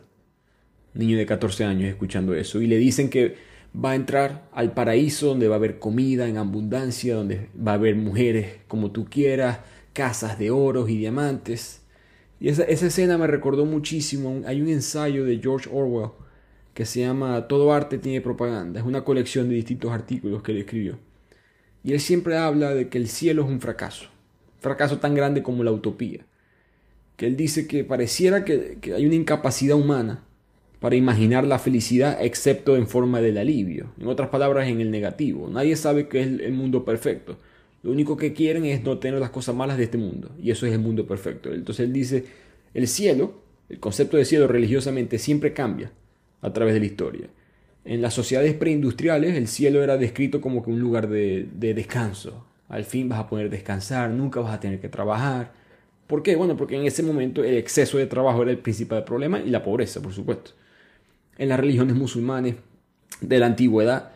Niño de 14 años escuchando eso y le dicen que va a entrar al paraíso donde va a haber comida en abundancia, donde va a haber mujeres como tú quieras, casas de oros y diamantes. Y esa escena me recordó muchísimo. Hay un ensayo de George Orwell que se llama Todo arte tiene propaganda. Es una colección de distintos artículos que él escribió. Y él siempre habla de que el cielo es un fracaso tan grande como la utopía. Que él dice que pareciera que hay una incapacidad humana para imaginar la felicidad excepto en forma del alivio. En otras palabras, en el negativo. Nadie sabe qué es el mundo perfecto. Lo único que quieren es no tener las cosas malas de este mundo. Y eso es el mundo perfecto. Entonces él dice, el cielo, el concepto de cielo religiosamente siempre cambia a través de la historia. En las sociedades preindustriales el cielo era descrito como que un lugar de descanso. Al fin vas a poder descansar, nunca vas a tener que trabajar. ¿Por qué? Bueno, porque en ese momento el exceso de trabajo era el principal problema y la pobreza, por supuesto. En las religiones musulmanes de la antigüedad,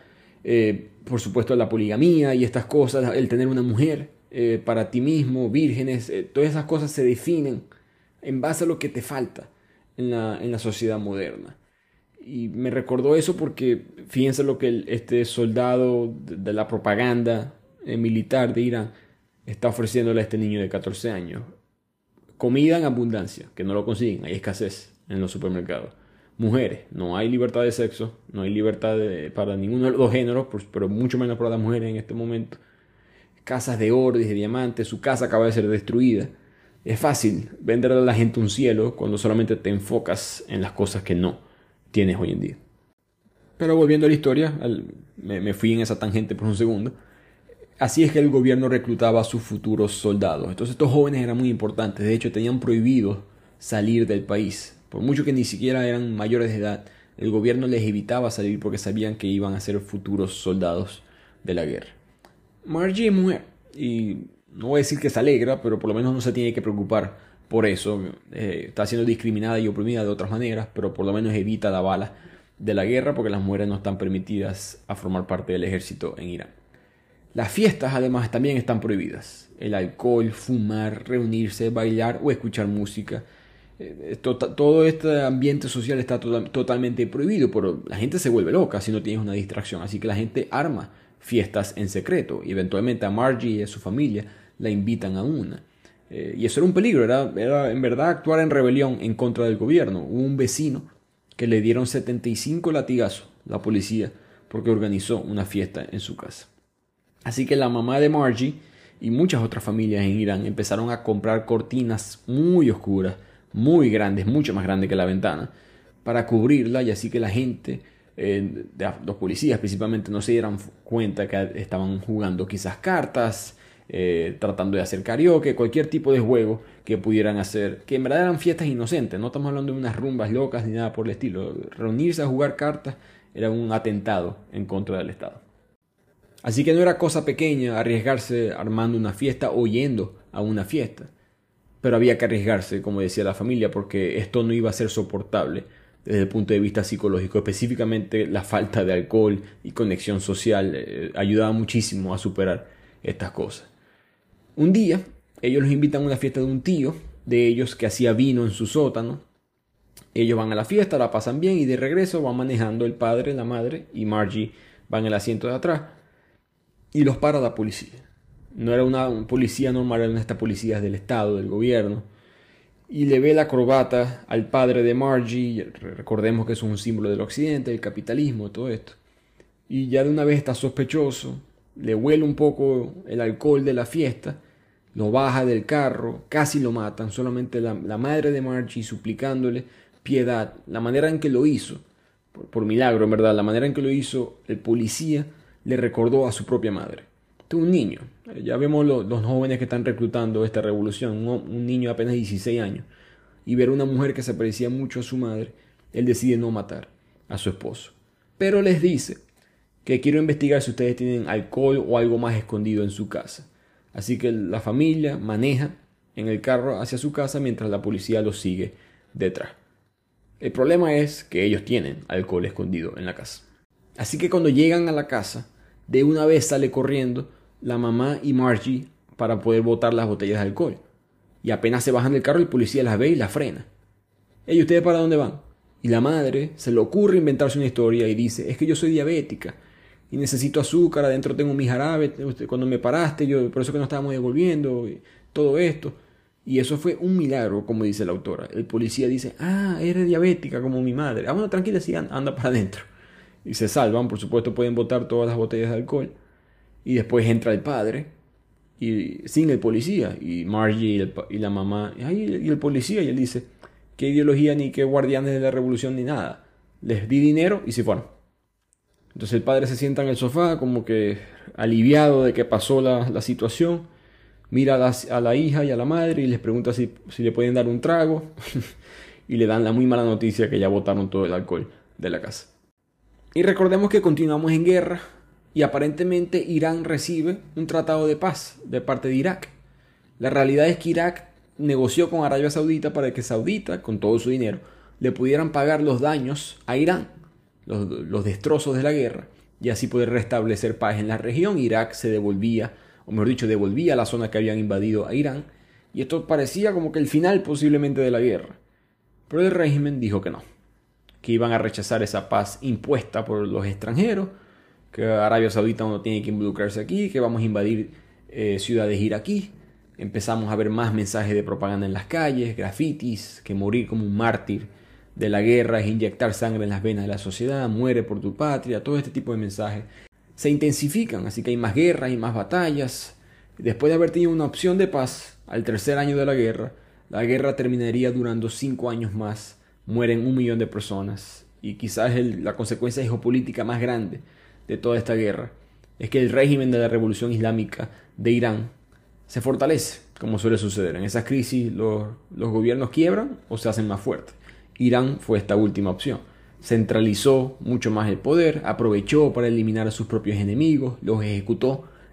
por supuesto la poligamía y estas cosas, el tener una mujer para ti mismo, vírgenes, todas esas cosas se definen en base a lo que te falta en la sociedad moderna. Y me recordó eso porque fíjense lo que este soldado de la propaganda militar de Irán está ofreciéndole a este niño de 14 años. Comida en abundancia, que no lo consiguen, hay escasez en los supermercados. Mujeres, no hay libertad de sexo, no hay libertad para ninguno de los dos géneros, pero mucho menos para las mujeres en este momento. Casas de oro y de diamantes, su casa acaba de ser destruida. Es fácil venderle a la gente un cielo cuando solamente te enfocas en las cosas que no tienes hoy en día. Pero volviendo a la historia, me fui en esa tangente por un segundo. Así es que el gobierno reclutaba a sus futuros soldados. Entonces estos jóvenes eran muy importantes, de hecho tenían prohibido salir del país. Por mucho que ni siquiera eran mayores de edad, el gobierno les evitaba salir porque sabían que iban a ser futuros soldados de la guerra. Margie es mujer y no voy a decir que se alegra, pero por lo menos no se tiene que preocupar por eso. Está siendo discriminada y oprimida de otras maneras, pero por lo menos evita la bala de la guerra porque las mujeres no están permitidas a formar parte del ejército en Irán. Las fiestas además también están prohibidas. El alcohol, fumar, reunirse, bailar o escuchar música. Todo este ambiente social está totalmente prohibido, pero la gente se vuelve loca si no tienes una distracción. Así que la gente arma fiestas en secreto y eventualmente a Margie y a su familia la invitan a una. Y eso era un peligro, era en verdad actuar en rebelión en contra del gobierno. Hubo un vecino que le dieron 75 latigazos, la policía, porque organizó una fiesta en su casa. Así que la mamá de Margie y muchas otras familias en Irán empezaron a comprar cortinas muy oscuras, muy grandes, mucho más grandes que la ventana, para cubrirla y así que la gente, los policías principalmente, no se dieran cuenta que estaban jugando quizás cartas, tratando de hacer karaoke, cualquier tipo de juego que pudieran hacer, que en verdad eran fiestas inocentes, no estamos hablando de unas rumbas locas ni nada por el estilo. Reunirse a jugar cartas era un atentado en contra del Estado. Así que no era cosa pequeña arriesgarse armando una fiesta o yendo a una fiesta. Pero había que arriesgarse, como decía la familia, porque esto no iba a ser soportable desde el punto de vista psicológico. Específicamente la falta de alcohol y conexión social ayudaba muchísimo a superar estas cosas. Un día, ellos los invitan a una fiesta de un tío de ellos que hacía vino en su sótano. Ellos van a la fiesta, la pasan bien y de regreso van manejando el padre, la madre y Margie van en el asiento de atrás. Y los para la policía. No era una policía normal, eran estas policías del Estado, del gobierno. Y le ve la corbata al padre de Margie. Recordemos que eso es un símbolo del occidente, del capitalismo, todo esto. Y ya de una vez está sospechoso. Le huele un poco el alcohol de la fiesta. Lo baja del carro, casi lo matan. Solamente la madre de Margie suplicándole piedad. La manera en que lo hizo, por milagro en verdad, la manera en que lo hizo el policía le recordó a su propia madre. Este es un niño. Ya vemos los jóvenes que están reclutando esta revolución. Un niño de apenas 16 años. Y ver una mujer que se parecía mucho a su madre, él decide no matar a su esposo. Pero les dice que quiero investigar si ustedes tienen alcohol o algo más escondido en su casa. Así que la familia maneja en el carro hacia su casa mientras la policía los sigue detrás. El problema es que ellos tienen alcohol escondido en la casa. Así que cuando llegan a la casa, de una vez sale corriendo la mamá y Margie para poder botar las botellas de alcohol. Y apenas se bajan del carro, el policía las ve y las frena. ¿Y ustedes para dónde van? Y la madre se le ocurre inventarse una historia y dice, es que yo soy diabética y necesito azúcar, adentro tengo mi jarabe, cuando me paraste, por eso que no estábamos devolviendo, y todo esto. Y eso fue un milagro, como dice la autora. El policía dice, eres diabética como mi madre. Bueno, tranquila, sí, anda para adentro. Y se salvan, por supuesto pueden botar todas las botellas de alcohol. Y después entra el padre, y sin el policía, y Margie y la mamá, y el policía, y él dice, qué ideología ni qué guardianes de la revolución ni nada. Les di dinero y se fueron. Entonces el padre se sienta en el sofá como que aliviado de que pasó la situación. Mira a la hija y a la madre y les pregunta si le pueden dar un trago. Y le dan la muy mala noticia que ya botaron todo el alcohol de la casa. Y recordemos que continuamos en guerra y aparentemente Irán recibe un tratado de paz de parte de Irak. La realidad es que Irak negoció con Arabia Saudita para que Saudita, con todo su dinero, le pudieran pagar los daños a Irán, los destrozos de la guerra, y así poder restablecer paz en la región. Irak se devolvía, o mejor dicho, devolvía la zona que habían invadido a Irán, y esto parecía como que el final posiblemente de la guerra. Pero el régimen dijo que no, que iban a rechazar esa paz impuesta por los extranjeros, que Arabia Saudita no tiene que involucrarse aquí, que vamos a invadir ciudades iraquíes. Empezamos a ver más mensajes de propaganda en las calles, grafitis, que morir como un mártir de la guerra es inyectar sangre en las venas de la sociedad, muere por tu patria, todo este tipo de mensajes se intensifican, así que hay más guerras y más batallas. Después de haber tenido una opción de paz al tercer año de la guerra terminaría durando 5 años más, mueren 1 millón de personas y quizás la consecuencia geopolítica más grande de toda esta guerra es que el régimen de la Revolución Islámica de Irán se fortalece, como suele suceder. En esas crisis los gobiernos quiebran o se hacen más fuertes. Irán fue esta última opción. Centralizó mucho más el poder, aprovechó para eliminar a sus propios enemigos, los ejecutó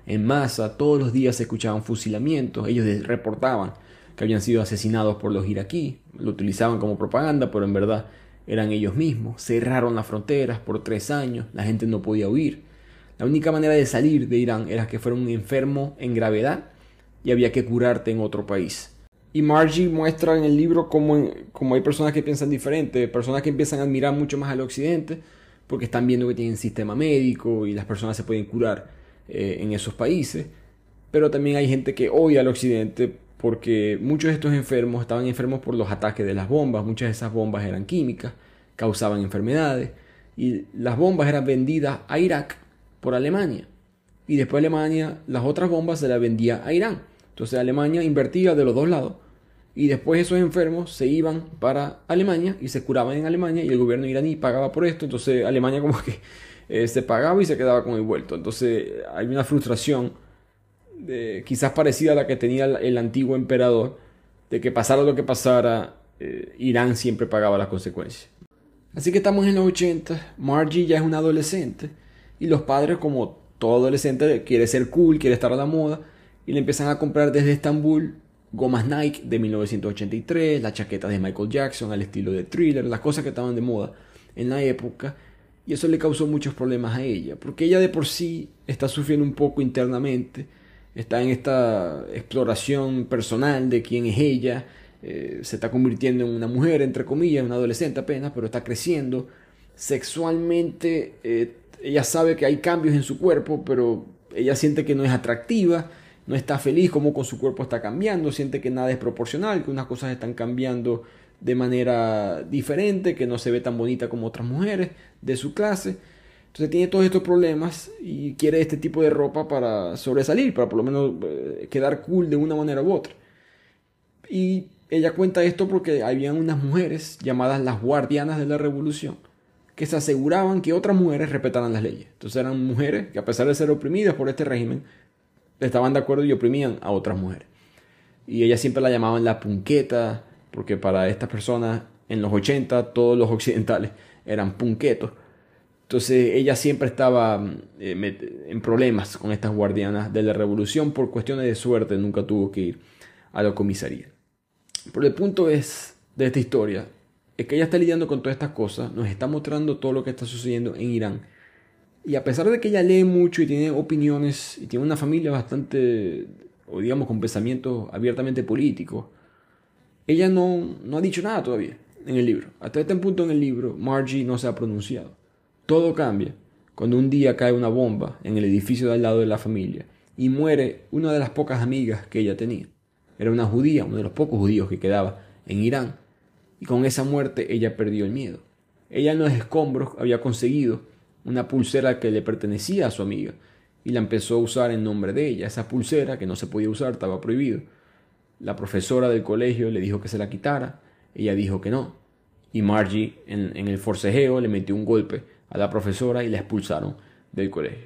en masa, todos los días se escuchaban fusilamientos, ellos reportaban que habían sido asesinados por los iraquíes, lo utilizaban como propaganda, pero en verdad eran ellos mismos. Cerraron las fronteras por 3 años, la gente no podía huir. La única manera de salir de Irán era que fuera un enfermo en gravedad y había que curarte en otro país. Y Margie muestra en el libro cómo hay personas que piensan diferente, personas que empiezan a admirar mucho más al occidente porque están viendo que tienen sistema médico y las personas se pueden curar en esos países. Pero también hay gente que odia al occidente porque muchos de estos enfermos estaban enfermos por los ataques de las bombas. Muchas de esas bombas eran químicas, causaban enfermedades y las bombas eran vendidas a Irak por Alemania. Y después Alemania las otras bombas se las vendía a Irán. Entonces Alemania invertía de los dos lados y después esos enfermos se iban para Alemania y se curaban en Alemania y el gobierno iraní pagaba por esto. Entonces Alemania como que se pagaba y se quedaba con el vuelto. Entonces hay una frustración quizás parecida a la que tenía el antiguo emperador, de que pasara lo que pasara, Irán siempre pagaba las consecuencias. Así que estamos en los 80, Margie ya es una adolescente y los padres, como todo adolescente, quiere ser cool, quiere estar a la moda y le empiezan a comprar desde Estambul gomas Nike de 1983, las chaquetas de Michael Jackson al estilo de Thriller, las cosas que estaban de moda en la época. Y eso le causó muchos problemas a ella, porque ella de por sí está sufriendo un poco internamente, está en esta exploración personal de quién es ella, se está convirtiendo en una mujer, entre comillas, una adolescente apenas, pero está creciendo. Sexualmente, ella sabe que hay cambios en su cuerpo, pero ella siente que no es atractiva, no está feliz como con su cuerpo está cambiando, siente que nada es proporcional, que unas cosas están cambiando de manera diferente, que no se ve tan bonita como otras mujeres de su clase. Entonces tiene todos estos problemas y quiere este tipo de ropa para sobresalir, para por lo menos quedar cool de una manera u otra. Y ella cuenta esto porque habían unas mujeres llamadas las guardianas de la revolución que se aseguraban que otras mujeres respetaran las leyes. Entonces eran mujeres que, a pesar de ser oprimidas por este régimen, estaban de acuerdo y oprimían a otras mujeres. Y ellas siempre la llamaban la punqueta, porque para estas personas en los 80 todos los occidentales eran punquetos. Entonces ella siempre estaba en problemas con estas guardianas de la revolución. Por cuestiones de suerte nunca tuvo que ir a la comisaría. Pero el punto de esta historia es que ella está lidiando con todas estas cosas, nos está mostrando todo lo que está sucediendo en Irán. Y a pesar de que ella lee mucho y tiene opiniones y tiene una familia bastante, o digamos, con pensamientos abiertamente políticos, ella no ha dicho nada todavía en el libro. Hasta este punto en el libro, Margie no se ha pronunciado. Todo cambia cuando un día cae una bomba en el edificio de al lado de la familia y muere una de las pocas amigas que ella tenía. Era una judía, uno de los pocos judíos que quedaba en Irán. Y con esa muerte ella perdió el miedo. Ella en los escombros había conseguido una pulsera que le pertenecía a su amiga y la empezó a usar en nombre de ella. Esa pulsera, que no se podía usar, estaba prohibido. La profesora del colegio le dijo que se la quitara, ella dijo que no. Y Margie, en el forcejeo, le metió un golpe a la profesora y la expulsaron del colegio.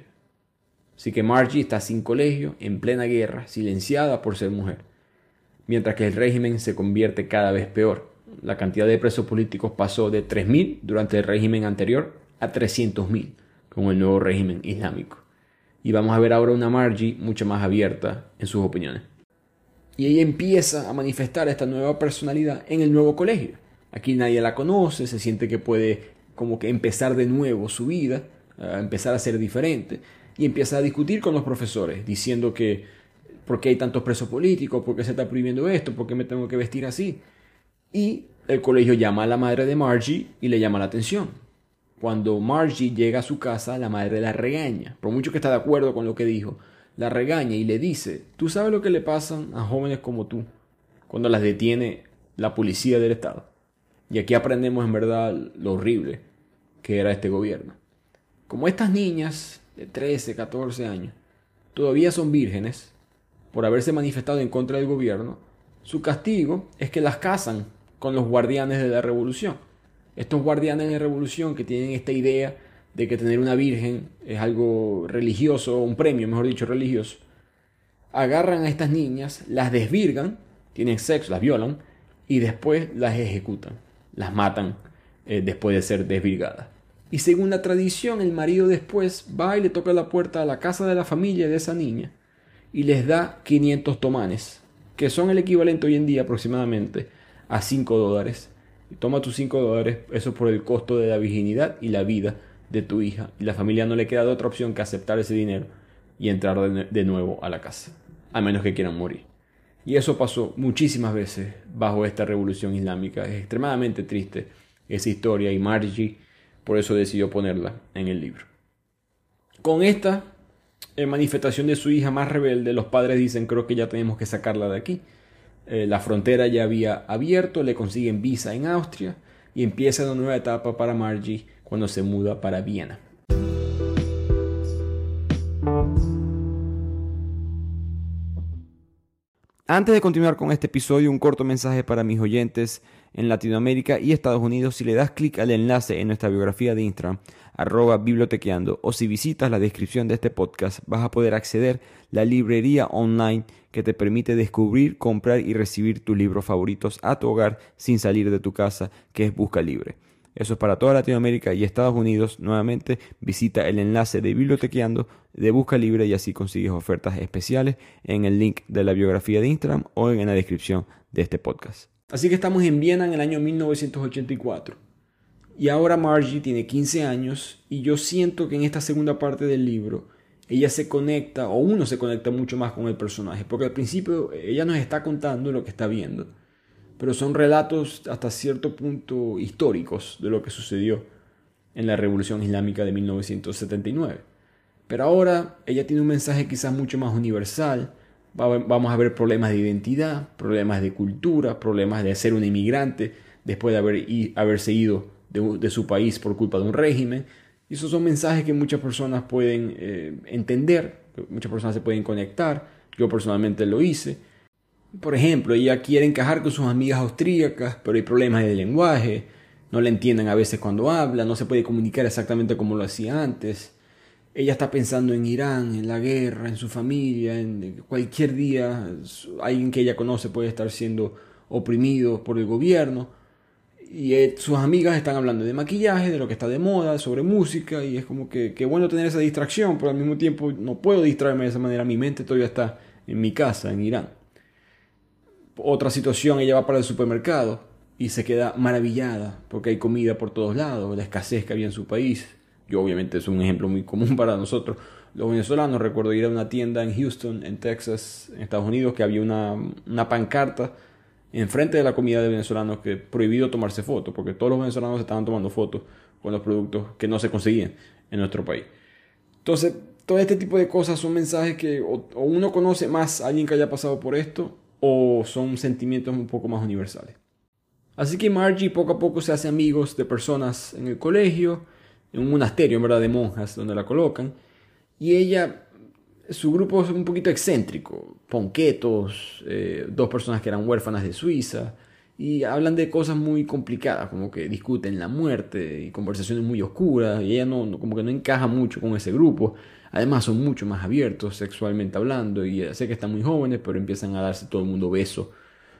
Así que Margie está sin colegio, en plena guerra, silenciada por ser mujer. Mientras que el régimen se convierte cada vez peor. La cantidad de presos políticos pasó de 3.000 durante el régimen anterior a 300.000 con el nuevo régimen islámico. Y vamos a ver ahora una Margie mucho más abierta en sus opiniones. Y ella empieza a manifestar esta nueva personalidad en el nuevo colegio. Aquí nadie la conoce, se siente que puede como que empezar de nuevo su vida, empezar a ser diferente. Y empieza a discutir con los profesores, diciendo que ¿por qué hay tantos presos políticos? ¿Por qué se está prohibiendo esto? ¿Por qué me tengo que vestir así? Y el colegio llama a la madre de Margie y le llama la atención. Cuando Margie llega a su casa, la madre la regaña. Por mucho que está de acuerdo con lo que dijo, la regaña y le dice: ¿tú sabes lo que le pasan a jóvenes como tú cuando las detiene la policía del Estado? Y aquí aprendemos en verdad lo horrible que era este gobierno. Como estas niñas de 13, 14 años todavía son vírgenes por haberse manifestado en contra del gobierno, su castigo es que las casan con los guardianes de la revolución. Estos guardianes de la revolución que tienen esta idea de que tener una virgen es algo religioso, un premio, mejor dicho, religioso, agarran a estas niñas, las desvirgan, tienen sexo, las violan y después las ejecutan, las matan después de ser desvirgadas. Y según la tradición, el marido después va y le toca la puerta a la casa de la familia de esa niña y les da 500 tomanes, que son el equivalente hoy en día aproximadamente a $5. Y toma tus $5, eso por el costo de la virginidad y la vida de tu hija. Y la familia no le queda de otra opción que aceptar ese dinero y entrar de nuevo a la casa, a menos que quieran morir. Y eso pasó muchísimas veces bajo esta revolución islámica. Es extremadamente triste esa historia y Margie por eso decidió ponerla en el libro. Con esta manifestación de su hija más rebelde, los padres dicen: creo que ya tenemos que sacarla de aquí. La frontera ya había abierto, le consiguen visa en Austria y empieza una nueva etapa para Margie cuando se muda para Viena. Antes de continuar con este episodio, un corto mensaje para mis oyentes en Latinoamérica y Estados Unidos. Si le das clic al enlace en nuestra biografía de Instagram, @bibliotequeando, o si visitas la descripción de este podcast, vas a poder acceder a la librería online que te permite descubrir, comprar y recibir tus libros favoritos a tu hogar sin salir de tu casa, que es Busca Libre. Eso es para toda Latinoamérica y Estados Unidos. Nuevamente visita el enlace de Bibliotequeando de Busca Libre y así consigues ofertas especiales en el link de la biografía de Instagram o en la descripción de este podcast. Así que estamos en Viena en el año 1984. Y ahora Margie tiene 15 años y yo siento que en esta segunda parte del libro ella se conecta, o uno se conecta mucho más con el personaje, porque al principio ella nos está contando lo que está viendo, pero son relatos hasta cierto punto históricos de lo que sucedió en la Revolución Islámica de 1979. Pero ahora ella tiene un mensaje quizás mucho más universal. Vamos a ver problemas de identidad, problemas de cultura, problemas de ser un inmigrante después de haberse ido de su país por culpa de un régimen. Y esos son mensajes que muchas personas pueden entender, que muchas personas se pueden conectar. Yo personalmente lo hice. Por ejemplo, ella quiere encajar con sus amigas austríacas, pero hay problemas de lenguaje, no la entienden a veces cuando habla, no se puede comunicar exactamente como lo hacía antes. Ella está pensando en Irán, en la guerra, en su familia, en cualquier día alguien que ella conoce puede estar siendo oprimido por el gobierno. Y sus amigas están hablando de maquillaje, de lo que está de moda, sobre música, y es como que bueno tener esa distracción, pero al mismo tiempo no puedo distraerme de esa manera, mi mente todavía está en mi casa, en Irán. Otra situación, ella va para el supermercado y se queda maravillada porque hay comida por todos lados, la escasez que había en su país. Yo obviamente es un ejemplo muy común para nosotros los venezolanos. Recuerdo ir a una tienda en Houston, en Texas, en Estados Unidos, que había una pancarta enfrente de la comida de venezolanos que prohibido tomarse fotos, porque todos los venezolanos estaban tomando fotos con los productos que no se conseguían en nuestro país. Entonces, todo este tipo de cosas son mensajes que o uno conoce más a alguien que haya pasado por esto, o son sentimientos un poco más universales. Así que Margie poco a poco se hace amigos de personas en el colegio, en un monasterio, en verdad, de monjas, donde la colocan. Y ella, su grupo es un poquito excéntrico, ponquetos, 2 personas que eran huérfanas de Suiza, y hablan de cosas muy complicadas, como que discuten la muerte y conversaciones muy oscuras, y ella como que no encaja mucho con ese grupo. Además son mucho más abiertos sexualmente hablando, y sé que están muy jóvenes, pero empiezan a darse todo el mundo besos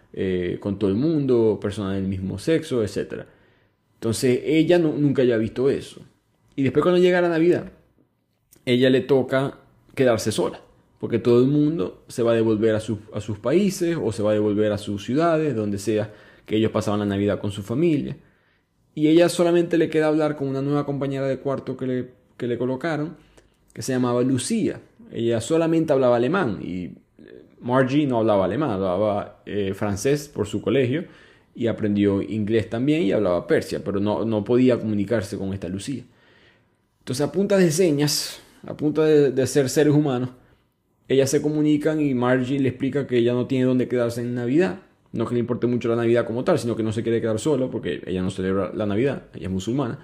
con todo el mundo, personas del mismo sexo, etc. Entonces ella nunca había visto eso. Y después cuando llega la Navidad, ella le toca quedarse sola, porque todo el mundo se va a devolver a sus países o se va a devolver a sus ciudades, donde sea que ellos pasaban la Navidad con su familia. Y ella solamente le queda hablar con una nueva compañera de cuarto que le colocaron, que se llamaba Lucía. Ella solamente hablaba alemán y Margie no hablaba alemán, hablaba francés por su colegio y aprendió inglés también y hablaba persia, pero no podía comunicarse con esta Lucía. Entonces, a punta de señas, a punta de ser seres humanos, ellas se comunican y Margie le explica que ella no tiene dónde quedarse en Navidad. No que le importe mucho la Navidad como tal, sino que no se quiere quedar sola porque ella no celebra la Navidad, ella es musulmana.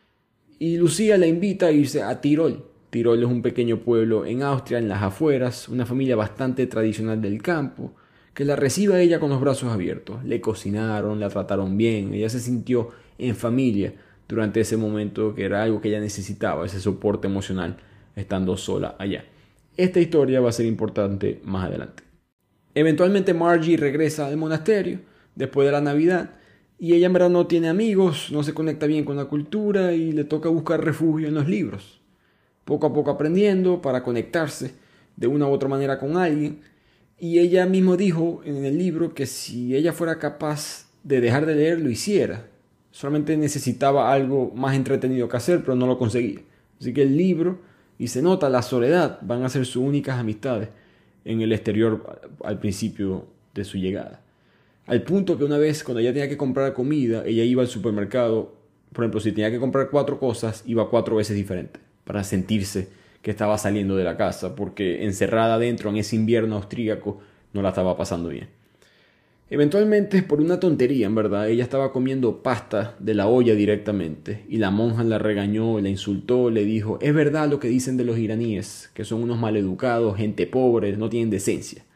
Y Lucía la invita a irse a Tirol. Tirol es un pequeño pueblo en Austria, en las afueras, una familia bastante tradicional del campo, que la recibe a ella con los brazos abiertos. Le cocinaron, la trataron bien, ella se sintió en familia durante ese momento, que era algo que ella necesitaba, ese soporte emocional, estando sola allá. Esta historia va a ser importante más adelante. Eventualmente Margie regresa al monasterio después de la Navidad Y ella en verdad no tiene amigos, no se conecta bien con la cultura y le toca buscar refugio en los libros. Poco a poco aprendiendo para conectarse de una u otra manera con alguien. Y ella misma dijo en el libro que si ella fuera capaz de dejar de leer, lo hiciera. Solamente necesitaba algo más entretenido que hacer, pero no lo conseguía. Así que el libro, y se nota la soledad, van a ser sus únicas amistades en el exterior al principio de su llegada. Al punto que una vez, cuando ella tenía que comprar comida, ella iba al supermercado, por ejemplo, si tenía que comprar 4 cosas, iba 4 veces diferente para sentirse que estaba saliendo de la casa, porque encerrada adentro en ese invierno austríaco no la estaba pasando bien. Eventualmente, por una tontería, en verdad, ella estaba comiendo pasta de la olla directamente y la monja la regañó, la insultó, le dijo: es verdad lo que dicen de los iraníes, que son unos maleducados, gente pobre, no tienen decencia.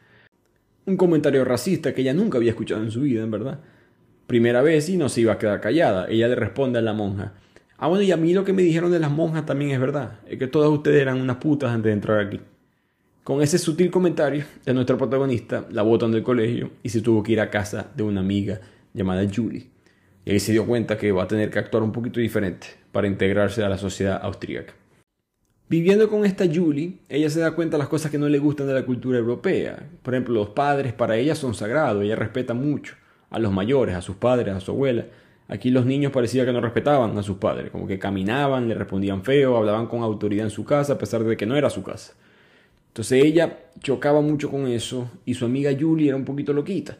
Un comentario racista que ella nunca había escuchado en su vida, en verdad. Primera vez y no se iba a quedar callada. Ella le responde a la monja: ah, bueno, y a mí lo que me dijeron de las monjas también es verdad, es que todas ustedes eran unas putas antes de entrar aquí. Con ese sutil comentario de nuestro protagonista, la botan del colegio y se tuvo que ir a casa de una amiga llamada Julie. Y ahí se dio cuenta que va a tener que actuar un poquito diferente para integrarse a la sociedad austríaca. Viviendo con esta Julie, ella se da cuenta de las cosas que no le gustan de la cultura europea. Por ejemplo, los padres para ella son sagrados, ella respeta mucho a los mayores, a sus padres, a su abuela. Aquí los niños parecía que no respetaban a sus padres, como que caminaban, le respondían feo, hablaban con autoridad en su casa a pesar de que no era su casa. Entonces ella chocaba mucho con eso y su amiga Julie era un poquito loquita.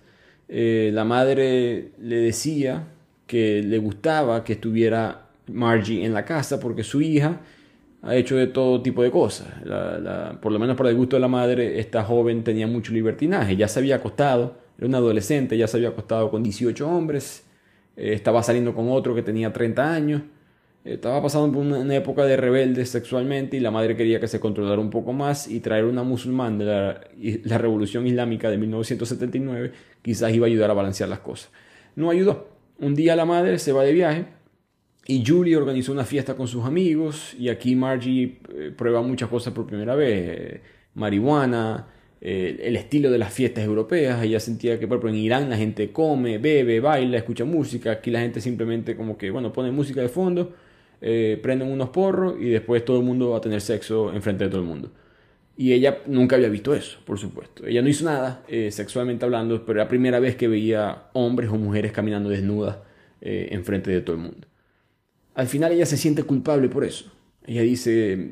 La madre le decía que le gustaba que estuviera Margie en la casa porque su hija ha hecho de todo tipo de cosas. Por lo menos para el gusto de la madre, esta joven tenía mucho libertinaje. Ya se había acostado, era una adolescente, ya se había acostado con 18 hombres, estaba saliendo con otro que tenía 30 años. Estaba pasando por una época de rebelde sexualmente y la madre quería que se controlara un poco más y traer una musulmán de la revolución islámica de 1979 quizás iba a ayudar a balancear las cosas. No ayudó. Un día la madre se va de viaje y Julie organizó una fiesta con sus amigos y aquí Margie prueba muchas cosas por primera vez. Marihuana, el estilo de las fiestas europeas. Ella sentía que, por ejemplo, en Irán la gente come, bebe, baila, escucha música. Aquí la gente simplemente como que, bueno, pone música de fondo, prenden unos porros y después todo el mundo va a tener sexo enfrente de todo el mundo. Y ella nunca había visto eso, por supuesto. Ella no hizo nada sexualmente hablando, pero era la primera vez que veía hombres o mujeres caminando desnudas enfrente de todo el mundo. Al final ella se siente culpable por eso. Ella dice,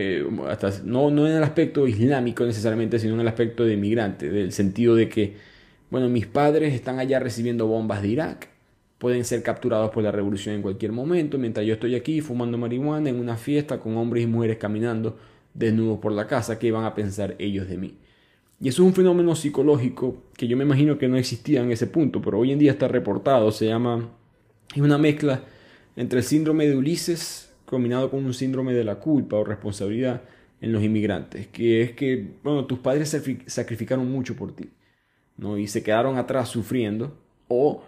no en el aspecto islámico necesariamente, sino en el aspecto de migrante, del sentido de que, bueno, mis padres están allá recibiendo bombas de Irak, pueden ser capturados por la revolución en cualquier momento, mientras yo estoy aquí fumando marihuana en una fiesta con hombres y mujeres caminando desnudos por la casa. ¿Qué van a pensar ellos de mí? Y eso es un fenómeno psicológico que yo me imagino que no existía en ese punto, pero hoy en día está reportado. Es una mezcla entre el síndrome de Ulises combinado con un síndrome de la culpa o responsabilidad en los inmigrantes, que es que, bueno, tus padres sacrificaron mucho por ti, ¿no? Y se quedaron atrás sufriendo o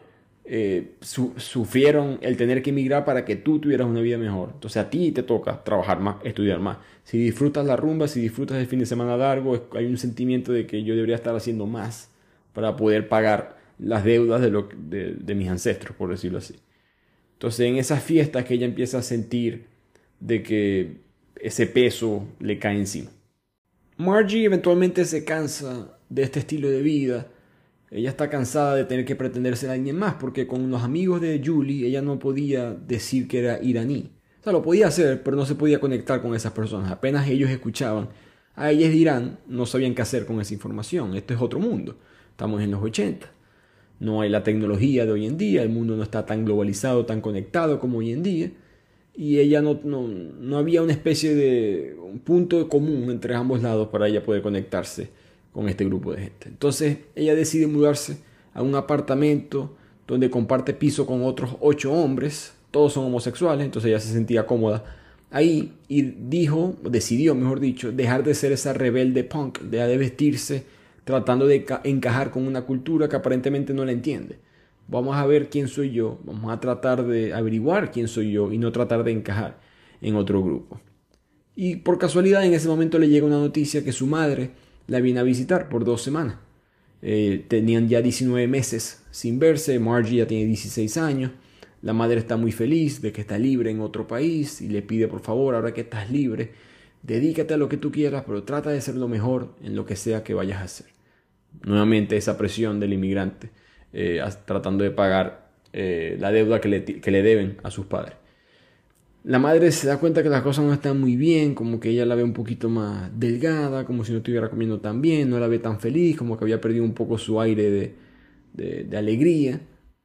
sufrieron el tener que emigrar para que tú tuvieras una vida mejor. Entonces a ti te toca trabajar más, estudiar más. Si disfrutas la rumba, si disfrutas el fin de semana largo, hay un sentimiento de que yo debería estar haciendo más para poder pagar las deudas de mis ancestros, por decirlo así. Entonces en esas fiestas que ella empieza a sentir de que ese peso le cae encima. Margie eventualmente se cansa de este estilo de vida. Ella está cansada de tener que pretender ser alguien más, porque con los amigos de Julie ella no podía decir que era iraní. O sea, lo podía hacer, pero no se podía conectar con esas personas. Apenas ellos escuchaban a ella es de Irán, no sabían qué hacer con esa información. Esto es otro mundo. Estamos en los 80. No hay la tecnología de hoy en día, el mundo no está tan globalizado, tan conectado como hoy en día. Y ella no había una especie de un punto común entre ambos lados para ella poder conectarse con este grupo de gente. Entonces ella decide mudarse a un apartamento donde comparte piso con otros 8 hombres, todos son homosexuales, entonces ella se sentía cómoda ahí y decidió, mejor dicho, dejar de ser esa rebelde punk, de vestirse tratando de encajar con una cultura que aparentemente no la entiende. Vamos a ver quién soy yo, vamos a tratar de averiguar quién soy yo y no tratar de encajar en otro grupo. Y por casualidad en ese momento le llega una noticia que su madre la viene a visitar por 2 semanas. Tenían ya 19 meses sin verse. Margie ya tiene 16 años. La madre está muy feliz de que está libre en otro país y le pide, por favor, ahora que estás libre, dedícate a lo que tú quieras, pero trata de ser lo mejor en lo que sea que vayas a hacer. Nuevamente esa presión del inmigrante, tratando de pagar la deuda que le deben a sus padres. La madre se da cuenta que las cosas no están muy bien, como que ella la ve un poquito más delgada, como si no estuviera comiendo tan bien, no la ve tan feliz, como que había perdido un poco su aire de alegría.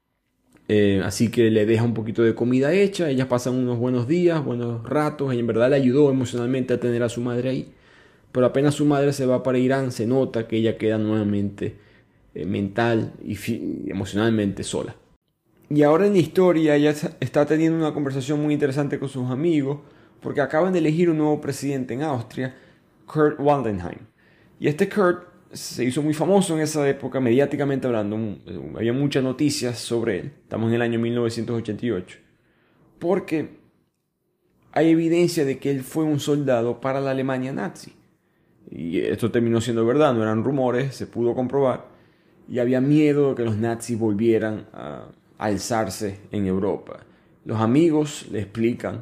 Así que le deja un poquito de comida hecha, ellas pasan unos buenos días, buenos ratos, y en verdad le ayudó emocionalmente a tener a su madre ahí. Pero apenas su madre se va para Irán, se nota que ella queda nuevamente mental y emocionalmente sola. Y ahora en la historia ella está teniendo una conversación muy interesante con sus amigos porque acaban de elegir un nuevo presidente en Austria, Kurt Waldheim. Y este Kurt se hizo muy famoso en esa época, mediáticamente hablando. Había muchas noticias sobre él. Estamos en el año 1988. Porque hay evidencia de que él fue un soldado para la Alemania nazi. Y esto terminó siendo verdad, no eran rumores, se pudo comprobar. Y había miedo de que los nazis volvieran a alzarse en Europa. Los amigos le explican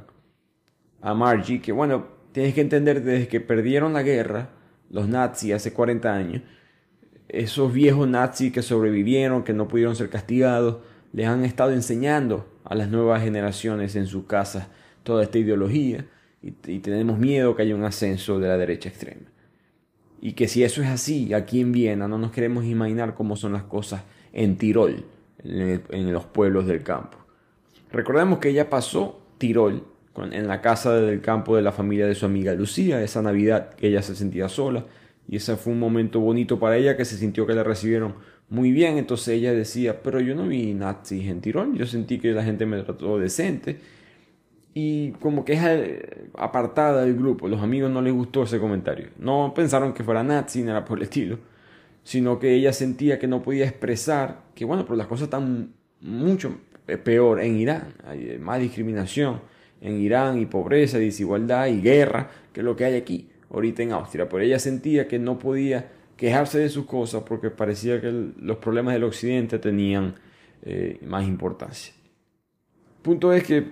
a Margie que, bueno, tienes que entender, desde que perdieron la guerra, los nazis hace 40 años, esos viejos nazis que sobrevivieron, que no pudieron ser castigados, les han estado enseñando a las nuevas generaciones en sus casas toda esta ideología y tenemos miedo que haya un ascenso de la derecha extrema. Y que si eso es así, aquí en Viena no nos queremos imaginar cómo son las cosas en Tirol, en los pueblos del campo. Recordemos que ella pasó Tirol en la casa del campo de la familia de su amiga Lucía, esa Navidad que ella se sentía sola, y ese fue un momento bonito para ella, que se sintió que la recibieron muy bien. Entonces ella decía, pero yo no vi nazis en Tirol, yo sentí que la gente me trató decente, y como que es apartada del grupo. Los amigos no les gustó ese comentario, no pensaron que fuera nazi ni nada por el estilo, sino que ella sentía que no podía expresar que, bueno, pero las cosas están mucho peor en Irán, hay más discriminación en Irán y pobreza, desigualdad y guerra que lo que hay aquí ahorita en Austria. Pero ella sentía que no podía quejarse de sus cosas porque parecía que los problemas del occidente tenían más importancia. El punto es que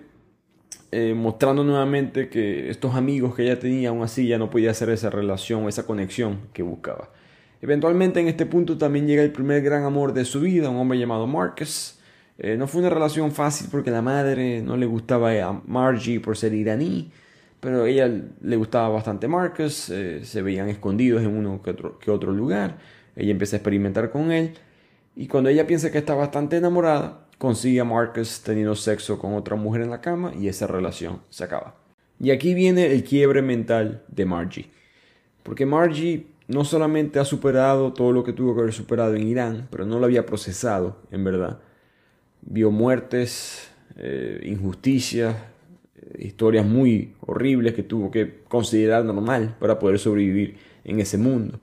mostrando nuevamente que estos amigos que ella tenía, aún así ya no podía hacer esa relación, esa conexión que buscaba. Eventualmente en este punto también llega el primer gran amor de su vida, un hombre llamado Marcus. No fue una relación fácil porque la madre no le gustaba a Margie por ser iraní, pero a ella le gustaba bastante Marcus, se veían escondidos en uno que otro lugar. Ella empieza a experimentar con él y cuando ella piensa que está bastante enamorada, consigue a Marcus teniendo sexo con otra mujer en la cama y esa relación se acaba. Y aquí viene el quiebre mental de Margie, porque Margie no solamente ha superado todo lo que tuvo que haber superado en Irán, pero no lo había procesado, en verdad. Vio muertes, injusticias, historias muy horribles que tuvo que considerar normal para poder sobrevivir en ese mundo.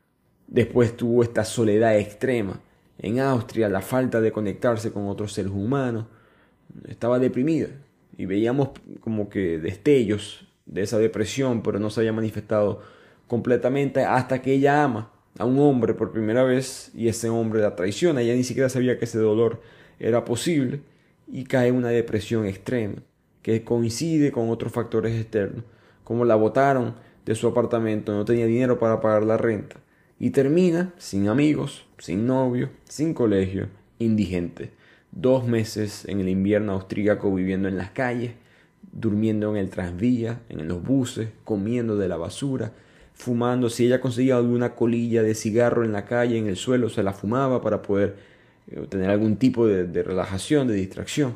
Después tuvo esta soledad extrema en Austria, la falta de conectarse con otros seres humanos. Estaba deprimida y veíamos como que destellos de esa depresión, pero no se había manifestado completamente hasta que ella ama a un hombre por primera vez y ese hombre la traiciona. Ella ni siquiera sabía que ese dolor era posible y cae en una depresión extrema que coincide con otros factores externos, como la botaron de su apartamento, no tenía dinero para pagar la renta y termina sin amigos, sin novio, sin colegio, indigente. 2 meses en el invierno austríaco viviendo en las calles, durmiendo en el tranvía, en los buses, comiendo de la basura, fumando. Si ella conseguía alguna colilla de cigarro en la calle, en el suelo, se la fumaba para poder tener algún tipo de relajación, de distracción.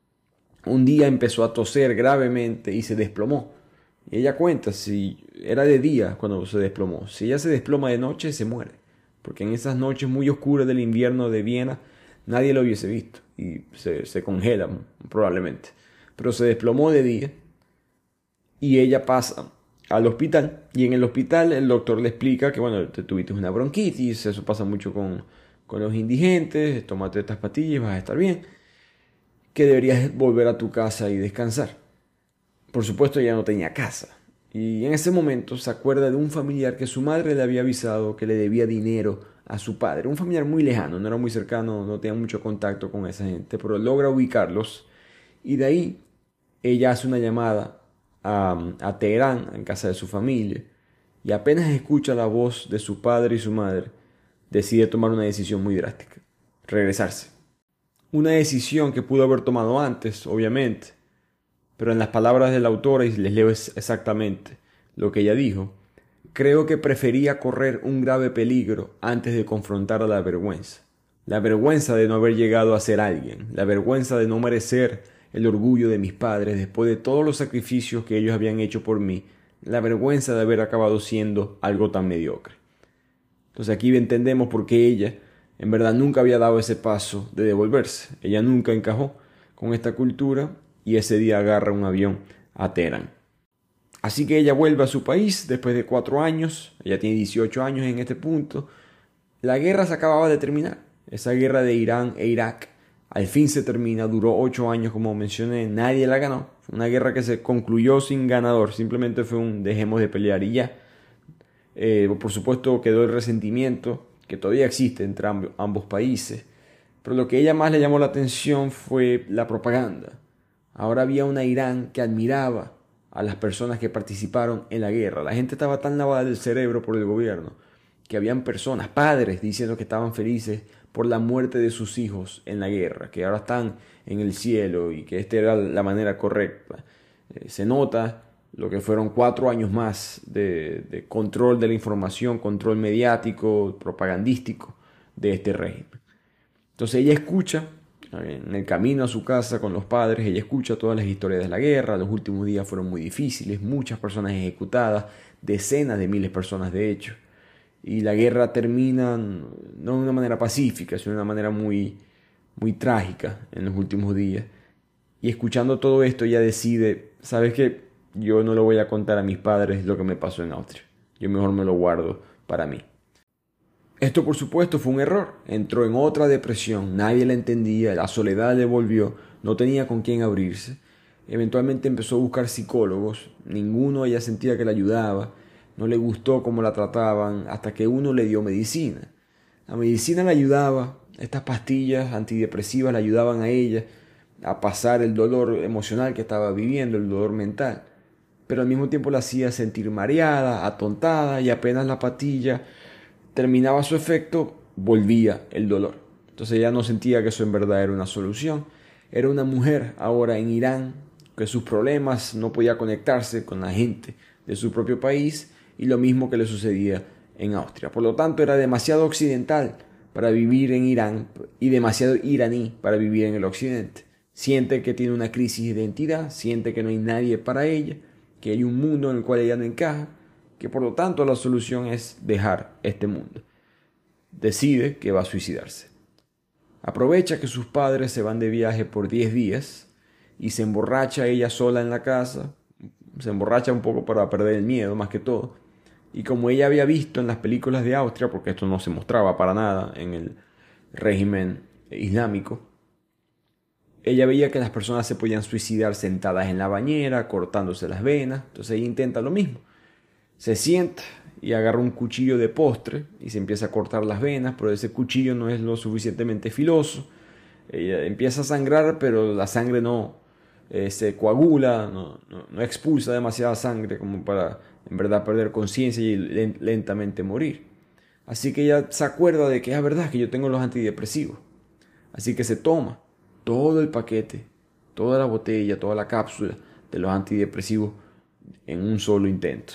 Un día empezó a toser gravemente y se desplomó. Y ella cuenta, si era de día cuando se desplomó, si ella se desploma de noche, se muere. Porque en esas noches muy oscuras del invierno de Viena, nadie lo hubiese visto y se congela probablemente. Pero se desplomó de día y ella pasa al hospital. Y en el hospital el doctor le explica que, bueno, te tuviste una bronquitis, eso pasa mucho con los indigentes, tómate estas pastillas y vas a estar bien, que deberías volver a tu casa y descansar. Por supuesto, ella no tenía casa. Y en ese momento se acuerda de un familiar que su madre le había avisado que le debía dinero a su padre, un familiar muy lejano, no era muy cercano, no tenía mucho contacto con esa gente, pero logra ubicarlos y de ahí ella hace una llamada a Teherán, en casa de su familia, y apenas escucha la voz de su padre y su madre, decide tomar una decisión muy drástica, regresarse. Una decisión que pudo haber tomado antes, obviamente, pero en las palabras de la autora, y les leo exactamente lo que ella dijo, creo que prefería correr un grave peligro antes de confrontar a la vergüenza de no haber llegado a ser alguien, la vergüenza de no merecer el orgullo de mis padres después de todos los sacrificios que ellos habían hecho por mí, la vergüenza de haber acabado siendo algo tan mediocre. Entonces aquí entendemos por qué ella en verdad nunca había dado ese paso de devolverse. Ella nunca encajó con esta cultura y ese día agarra un avión a Teherán. Así que ella vuelve a su país después de 4 años, ella tiene 18 años en este punto. La guerra se acababa de terminar, esa guerra de Irán e Irak al fin se termina, duró 8 años como mencioné, nadie la ganó. Fue una guerra que se concluyó sin ganador, simplemente fue un dejemos de pelear y ya. Por supuesto quedó el resentimiento que todavía existe entre ambos países, pero lo que a ella más le llamó la atención fue la propaganda. Ahora había una Irán que admiraba a las personas que participaron en la guerra. La gente estaba tan lavada del cerebro por el gobierno que habían personas, padres, diciendo que estaban felices por la muerte de sus hijos en la guerra, que ahora están en el cielo y que esta era la manera correcta. Se nota lo que fueron 4 años más de control de la información, control mediático, propagandístico de este régimen. Entonces ella escucha, en el camino a su casa con los padres, ella escucha todas las historias de la guerra. Los últimos días fueron muy difíciles, muchas personas ejecutadas, decenas de miles de personas de hecho. Y la guerra termina no de una manera pacífica, sino de una manera muy, muy trágica en los últimos días. Y escuchando todo esto, ella decide, ¿sabes qué? Yo no le voy a contar a mis padres lo que me pasó en Austria. Yo mejor me lo guardo para mí. Esto por supuesto fue un error. Entró en otra depresión, nadie la entendía, la soledad le volvió, no tenía con quién abrirse. Eventualmente empezó a buscar psicólogos, ninguno ella sentía que la ayudaba, no le gustó cómo la trataban, hasta que uno le dio medicina. La medicina la ayudaba, estas pastillas antidepresivas la ayudaban a ella a pasar el dolor emocional que estaba viviendo, el dolor mental, pero al mismo tiempo la hacía sentir mareada, atontada, y apenas la pastilla terminaba su efecto, volvía el dolor. Entonces ella no sentía que eso en verdad era una solución. Era una mujer ahora en Irán, que sus problemas no podía conectarse con la gente de su propio país, y lo mismo que le sucedía en Austria. Por lo tanto, era demasiado occidental para vivir en Irán y demasiado iraní para vivir en el occidente. Siente que tiene una crisis de identidad, siente que no hay nadie para ella, que hay un mundo en el cual ella no encaja, que por lo tanto la solución es dejar este mundo. Decide que va a suicidarse. Aprovecha que sus padres se van de viaje por 10 días y se emborracha ella sola en la casa. Se emborracha un poco para perder el miedo más que todo. Y como ella había visto en las películas de Austria, porque esto no se mostraba para nada en el régimen islámico, ella veía que las personas se podían suicidar sentadas en la bañera, cortándose las venas. Entonces ella intenta lo mismo. Se sienta y agarra un cuchillo de postre y se empieza a cortar las venas, pero ese cuchillo no es lo suficientemente filoso. Ella empieza a sangrar, pero la sangre no se coagula, no expulsa demasiada sangre como para en verdad perder conciencia y lentamente morir. Así que ella se acuerda de que es verdad que yo tengo los antidepresivos. Así que se toma todo el paquete, toda la botella, toda la cápsula de los antidepresivos en un solo intento.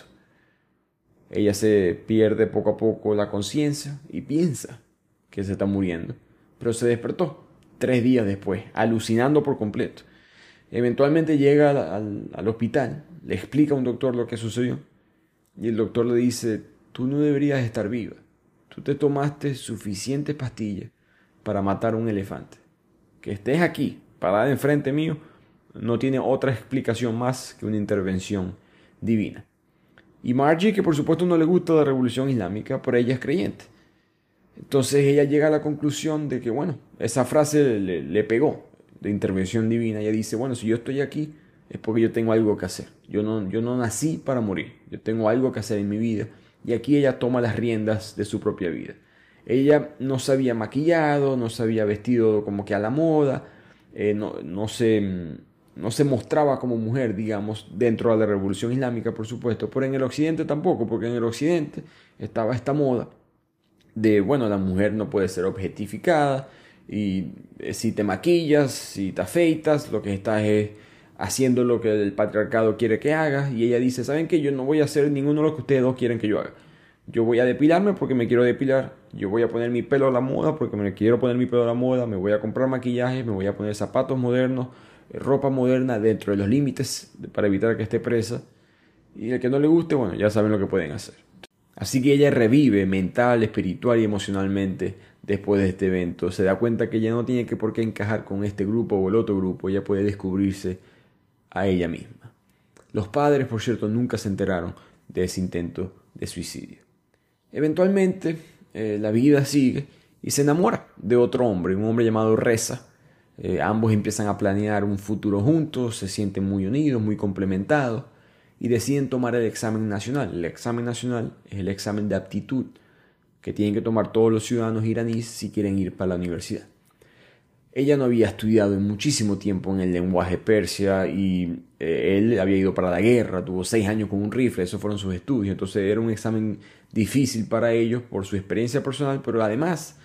Ella se pierde poco a poco la conciencia y piensa que se está muriendo, pero se despertó 3 días después, alucinando por completo. Eventualmente llega al hospital, le explica a un doctor lo que sucedió y el doctor le dice, tú no deberías estar viva, tú te tomaste suficientes pastillas para matar a un elefante. Que estés aquí, parada enfrente mío, no tiene otra explicación más que una intervención divina. Y Margie, que por supuesto no le gusta la revolución islámica, pero ella es creyente. Entonces ella llega a la conclusión de que, bueno, esa frase le pegó de intervención divina. Ella dice, bueno, si yo estoy aquí es porque yo tengo algo que hacer. Yo no nací para morir. Yo tengo algo que hacer en mi vida. Y aquí ella toma las riendas de su propia vida. Ella no se había maquillado, no se había vestido como que a la moda, no se mostraba como mujer, digamos, dentro de la Revolución Islámica, por supuesto, pero en el Occidente tampoco, porque en el Occidente estaba esta moda de, bueno, la mujer no puede ser objetificada y si te maquillas, si te afeitas, lo que estás es haciendo lo que el patriarcado quiere que hagas. Y ella dice, ¿saben qué? Yo no voy a hacer ninguno de lo que ustedes dos quieren que yo haga. Yo voy a depilarme porque me quiero depilar. Yo voy a poner mi pelo a la moda porque me quiero poner mi pelo a la moda. Me voy a comprar maquillaje, me voy a poner zapatos modernos, ropa moderna dentro de los límites para evitar que esté presa. Y el que no le guste, bueno, ya saben lo que pueden hacer. Así que ella revive mental, espiritual y emocionalmente después de este evento. Se da cuenta que ella no tiene que por qué encajar con este grupo o el otro grupo. Ella puede descubrirse a ella misma. Los padres, por cierto, nunca se enteraron de ese intento de suicidio. Eventualmente, la vida sigue y se enamora de otro hombre, un hombre llamado Reza. Ambos empiezan a planear un futuro juntos, se sienten muy unidos, muy complementados y deciden tomar el examen nacional. El examen nacional es el examen de aptitud que tienen que tomar todos los ciudadanos iraníes si quieren ir para la universidad. Ella no había estudiado en muchísimo tiempo en el lenguaje persia y él había ido para la guerra, tuvo 6 años con un rifle, esos fueron sus estudios. Entonces era un examen difícil para ellos por su experiencia personal, pero además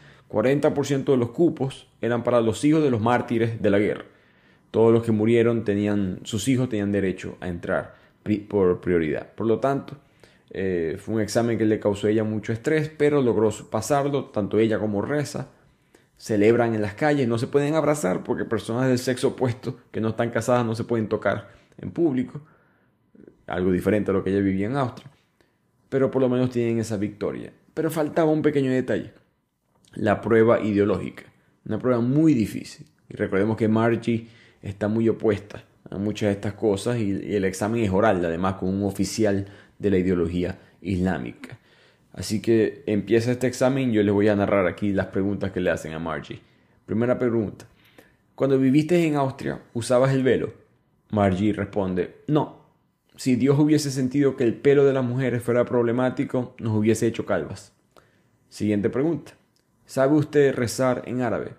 40% de los cupos eran para los hijos de los mártires de la guerra. Todos los que murieron sus hijos tenían derecho a entrar por prioridad. Por lo tanto, fue un examen que le causó a ella mucho estrés, pero logró pasarlo, tanto ella como Reza. Celebran en las calles, no se pueden abrazar porque personas del sexo opuesto que no están casadas no se pueden tocar en público, algo diferente a lo que ella vivía en Austria, pero por lo menos tienen esa victoria. Pero faltaba un pequeño detalle, la prueba ideológica, una prueba muy difícil. Y recordemos que Margie está muy opuesta a muchas de estas cosas y el examen es oral, además con un oficial de la ideología islámica. Así que empieza este examen y yo les voy a narrar aquí las preguntas que le hacen a Margie. Primera pregunta. Cuando viviste en Austria, ¿usabas el velo? Margie responde, no. Si Dios hubiese sentido que el pelo de las mujeres fuera problemático, nos hubiese hecho calvas. Siguiente pregunta. ¿Sabe usted rezar en árabe?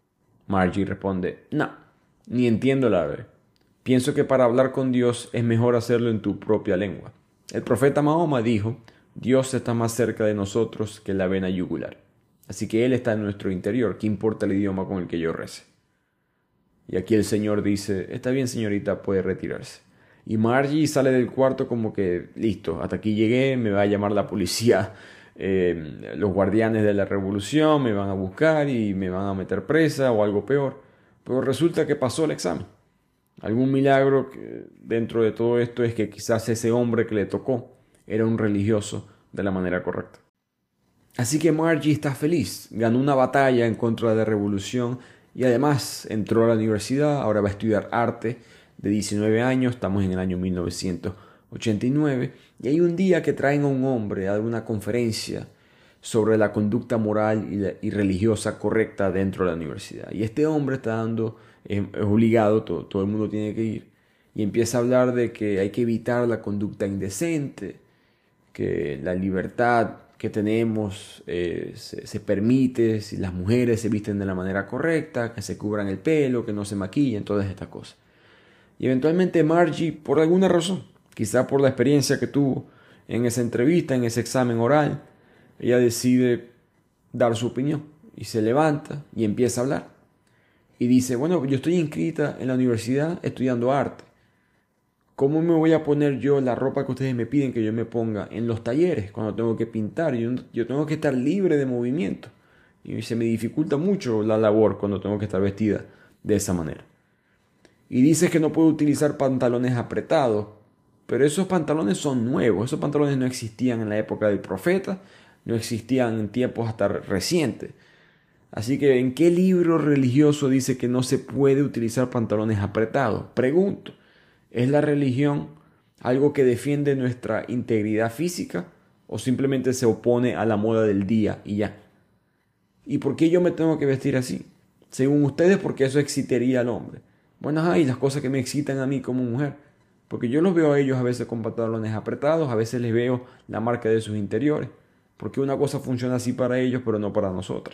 Margie responde, no, ni entiendo el árabe. Pienso que para hablar con Dios es mejor hacerlo en tu propia lengua. El profeta Mahoma dijo, Dios está más cerca de nosotros que la vena yugular. Así que Él está en nuestro interior. ¿Qué importa el idioma con el que yo rece? Y aquí el Señor dice, está bien señorita, puede retirarse. Y Margie sale del cuarto como que, listo, hasta aquí llegué, me va a llamar la policía, los guardianes de la revolución me van a buscar y me van a meter presa o algo peor. Pero resulta que pasó el examen. Algún milagro que dentro de todo esto es que quizás ese hombre que le tocó era un religioso de la manera correcta. Así que Margie está feliz, ganó una batalla en contra de la revolución y además entró a la universidad, ahora va a estudiar arte de 19 años, estamos en el año 1989, y hay un día que traen a un hombre a dar una conferencia sobre la conducta moral y religiosa correcta dentro de la universidad. Y este hombre está dando, es obligado, todo el mundo tiene que ir, y empieza a hablar de que hay que evitar la conducta indecente, que la libertad que tenemos se permite si las mujeres se visten de la manera correcta, que se cubran el pelo, que no se maquillen, todas estas cosas. Y eventualmente Margie, por alguna razón, quizá por la experiencia que tuvo en esa entrevista, en ese examen oral, ella decide dar su opinión y se levanta y empieza a hablar. Y dice, bueno, yo estoy inscrita en la universidad estudiando arte. ¿Cómo me voy a poner yo la ropa que ustedes me piden que yo me ponga en los talleres cuando tengo que pintar? Yo tengo que estar libre de movimiento. Y se me dificulta mucho la labor cuando tengo que estar vestida de esa manera. Y dice que no puedo utilizar pantalones apretados. Pero esos pantalones son nuevos. Esos pantalones no existían en la época del profeta. No existían en tiempos hasta recientes. Así que, ¿en qué libro religioso dice que no se puede utilizar pantalones apretados? Pregunto. ¿Es la religión algo que defiende nuestra integridad física o simplemente se opone a la moda del día y ya? ¿Y por qué yo me tengo que vestir así? Según ustedes, porque eso excitaría al hombre. Bueno, hay las cosas que me excitan a mí como mujer. Porque yo los veo a ellos a veces con pantalones apretados, a veces les veo la marca de sus interiores. ¿Por qué una cosa funciona así para ellos pero no para nosotras?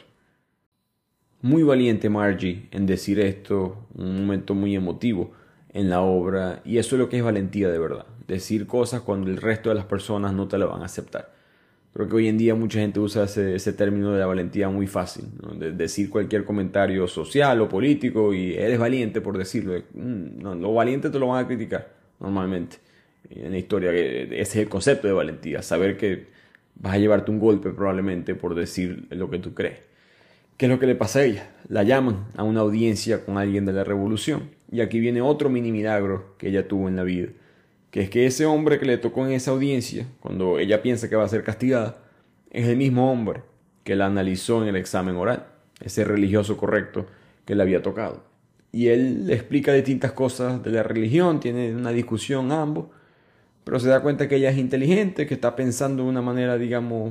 Muy valiente Margie en decir esto, un momento muy emotivo en la obra, y eso es lo que es valentía de verdad, decir cosas cuando el resto de las personas no te lo van a aceptar. Creo que hoy en día mucha gente usa ese término de la valentía muy fácil, ¿no? De decir cualquier comentario social o político y eres valiente por decirlo. No, lo valiente te lo van a criticar normalmente. En la historia ese es el concepto de valentía, saber que vas a llevarte un golpe probablemente por decir lo que tú crees. ¿Qué es lo que le pasa a ella? La llaman a una audiencia con alguien de la revolución. Y aquí viene otro mini milagro que ella tuvo en la vida. Que es que ese hombre que le tocó en esa audiencia, cuando ella piensa que va a ser castigada, es el mismo hombre que la analizó en el examen oral. Ese religioso correcto que le había tocado. Y él le explica distintas cosas de la religión, tiene una discusión ambos, pero se da cuenta que ella es inteligente, que está pensando de una manera, digamos,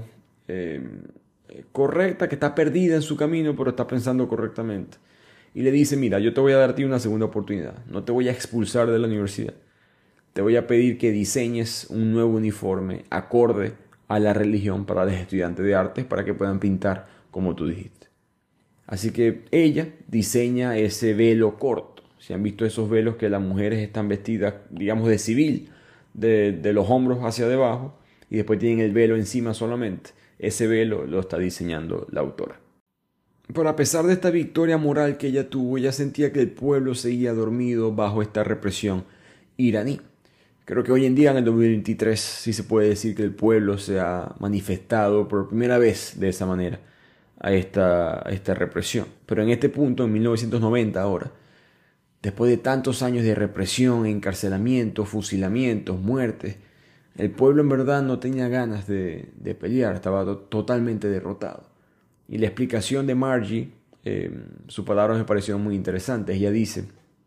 correcta, que está perdida en su camino, pero está pensando correctamente. Y le dice, mira, yo te voy a dar a ti una segunda oportunidad. No te voy a expulsar de la universidad. Te voy a pedir que diseñes un nuevo uniforme acorde a la religión para los estudiantes de artes para que puedan pintar como tú dijiste. Así que ella diseña ese velo corto. Si han visto esos velos que las mujeres están vestidas, digamos, de civil, de los hombros hacia debajo, y después tienen el velo encima solamente. Ese velo lo está diseñando la autora. Pero a pesar de esta victoria moral que ella tuvo, ella sentía que el pueblo seguía dormido bajo esta represión iraní. Creo que hoy en día, en el 2023, sí se puede decir que el pueblo se ha manifestado por primera vez de esa manera a esta represión. Pero en este punto, en 1990 ahora, después de tantos años de represión, encarcelamientos, fusilamientos, muertes, el pueblo en verdad no tenía ganas de pelear, estaba totalmente derrotado. Y la explicación de Margie, sus palabras me parecieron muy interesantes. Ella dice,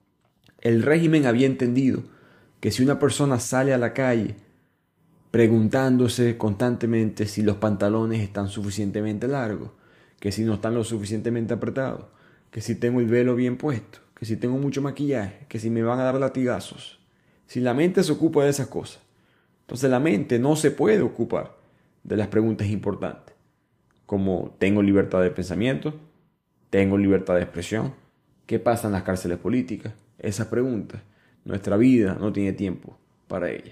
el régimen había entendido que si una persona sale a la calle preguntándose constantemente si los pantalones están suficientemente largos, que si no están lo suficientemente apretados, que si tengo el velo bien puesto, que si tengo mucho maquillaje, que si me van a dar latigazos, si la mente se ocupa de esas cosas, entonces la mente no se puede ocupar de las preguntas importantes, como ¿tengo libertad de pensamiento? ¿Tengo libertad de expresión? ¿Qué pasa en las cárceles políticas? Esas preguntas, nuestra vida no tiene tiempo para ellas.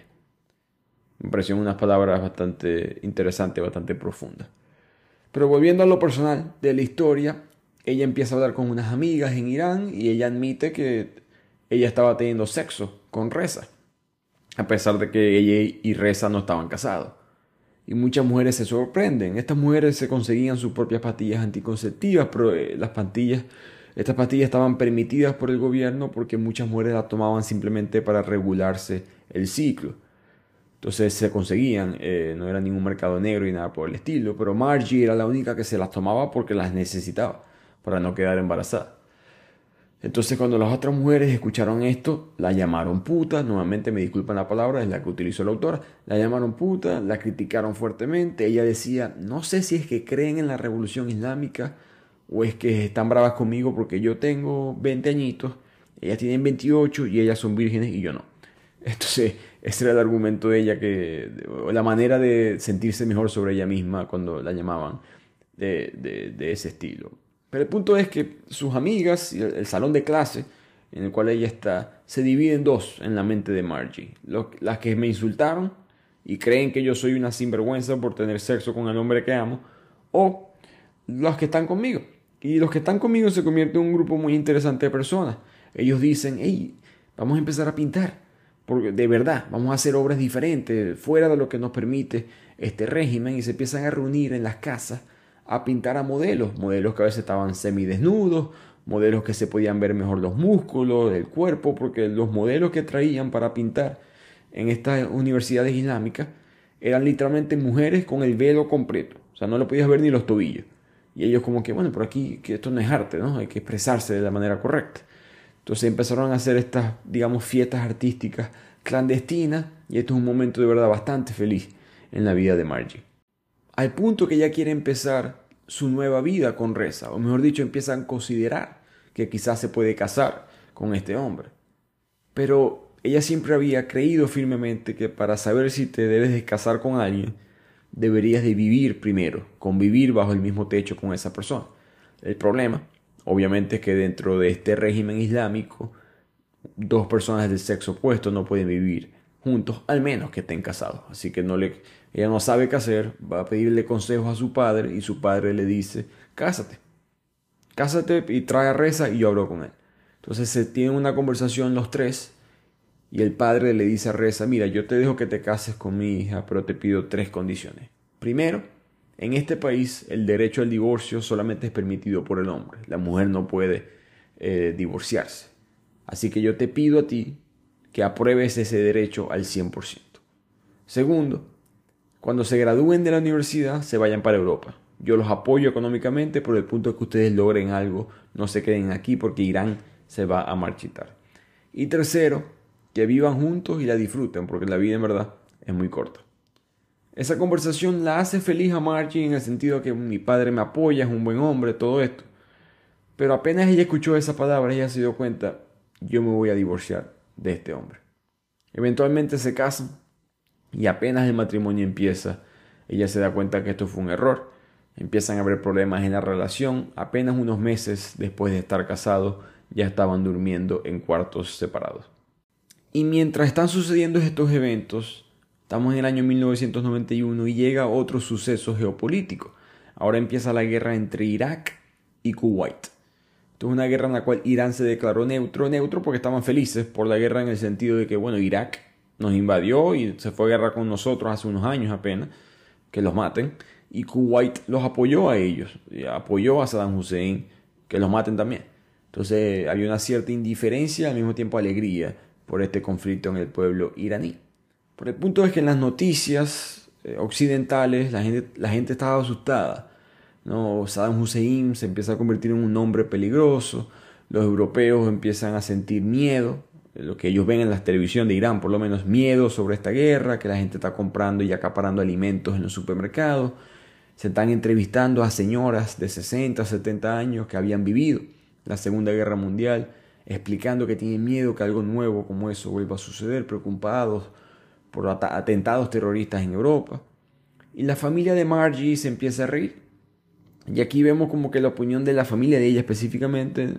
Me parecieron unas palabras bastante interesantes, bastante profundas. Pero volviendo a lo personal de la historia, ella empieza a hablar con unas amigas en Irán y ella admite que ella estaba teniendo sexo con Reza, a pesar de que ella y Reza no estaban casados. Y muchas mujeres se sorprenden. Estas mujeres se conseguían sus propias pastillas anticonceptivas, pero estas pastillas estaban permitidas por el gobierno porque muchas mujeres las tomaban simplemente para regularse el ciclo. Entonces se conseguían, no era ningún mercado negro y nada por el estilo, pero Margie era la única que se las tomaba porque las necesitaba para no quedar embarazada. Entonces cuando las otras mujeres escucharon esto, la llamaron puta, nuevamente me disculpan la palabra, es la que utilizó la autora, la llamaron puta, la criticaron fuertemente, ella decía, no sé si es que creen en la revolución islámica o es que están bravas conmigo porque yo tengo 20 añitos, ellas tienen 28 y ellas son vírgenes y yo no. Entonces ese era el argumento de ella, la manera de sentirse mejor sobre ella misma cuando la llamaban de ese estilo. Pero el punto es que sus amigas y el salón de clase en el cual ella está se divide en dos en la mente de Margie. Las que me insultaron y creen que yo soy una sinvergüenza por tener sexo con el hombre que amo, o los que están conmigo. Y los que están conmigo se convierten en un grupo muy interesante de personas. Ellos dicen, hey, vamos a empezar a pintar, porque de verdad, vamos a hacer obras diferentes, fuera de lo que nos permite este régimen, y se empiezan a reunir en las casas a pintar a modelos que a veces estaban semidesnudos, modelos que se podían ver mejor los músculos, el cuerpo, porque los modelos que traían para pintar en estas universidades islámicas eran literalmente mujeres con el velo completo, o sea, no le podías ver ni los tobillos. Y ellos como que, bueno, pero aquí que esto no es arte, ¿no? Hay que expresarse de la manera correcta. Entonces empezaron a hacer estas, digamos, fiestas artísticas clandestinas, y esto es un momento de verdad bastante feliz en la vida de Margie. Al punto que ella quiere empezar su nueva vida con Reza, o mejor dicho, empiezan a considerar que quizás se puede casar con este hombre. Pero ella siempre había creído firmemente que para saber si te debes de casar con alguien, deberías de vivir primero, convivir bajo el mismo techo con esa persona. El problema, obviamente, es que dentro de este régimen islámico, dos personas del sexo opuesto no pueden vivir juntos, al menos que estén casados. Así que ella no sabe qué hacer, va a pedirle consejos a su padre y su padre le dice, cásate y trae a Reza y yo hablo con él. Entonces se tienen una conversación los tres y el padre le dice a Reza, mira, yo te dejo que te cases con mi hija, pero te pido 3 condiciones. Primero, en este país el derecho al divorcio solamente es permitido por el hombre. La mujer no puede divorciarse. Así que yo te pido a ti que apruebes ese derecho al 100%. Segundo, cuando se gradúen de la universidad se vayan para Europa. Yo los apoyo económicamente por el punto de que ustedes logren algo, no se queden aquí porque Irán se va a marchitar. Y tercero, que vivan juntos y la disfruten porque la vida en verdad es muy corta. Esa conversación la hace feliz a Margie en el sentido de que mi padre me apoya, es un buen hombre, todo esto. Pero apenas ella escuchó esa palabra, ella se dio cuenta, yo me voy a divorciar de este hombre. Eventualmente se casan y apenas el matrimonio empieza, ella se da cuenta que esto fue un error. Empiezan a haber problemas en la relación. Apenas unos meses después de estar casados, ya estaban durmiendo en cuartos separados. Y mientras están sucediendo estos eventos, estamos en el año 1991 y llega otro suceso geopolítico. Ahora empieza la guerra entre Irak y Kuwait. Esto es una guerra en la cual Irán se declaró neutro porque estaban felices por la guerra en el sentido de que, bueno, Irak nos invadió y se fue a guerra con nosotros hace unos años apenas, que los maten. Y Kuwait los apoyó a ellos, apoyó a Saddam Hussein, que los maten también. Entonces había una cierta indiferencia y al mismo tiempo alegría por este conflicto en el pueblo iraní. Por el punto es que en las noticias occidentales la gente estaba asustada, ¿no? Saddam Hussein se empieza a convertir en un hombre peligroso, los europeos empiezan a sentir miedo, lo que ellos ven en la televisión de Irán, por lo menos miedo sobre esta guerra, que la gente está comprando y acaparando alimentos en los supermercados. Se están entrevistando a señoras de 60, 70 años que habían vivido la Segunda Guerra Mundial, explicando que tienen miedo que algo nuevo como eso vuelva a suceder, preocupados por atentados terroristas en Europa. Y la familia de Margie se empieza a reír. Y aquí vemos como que la opinión de la familia de ella específicamente,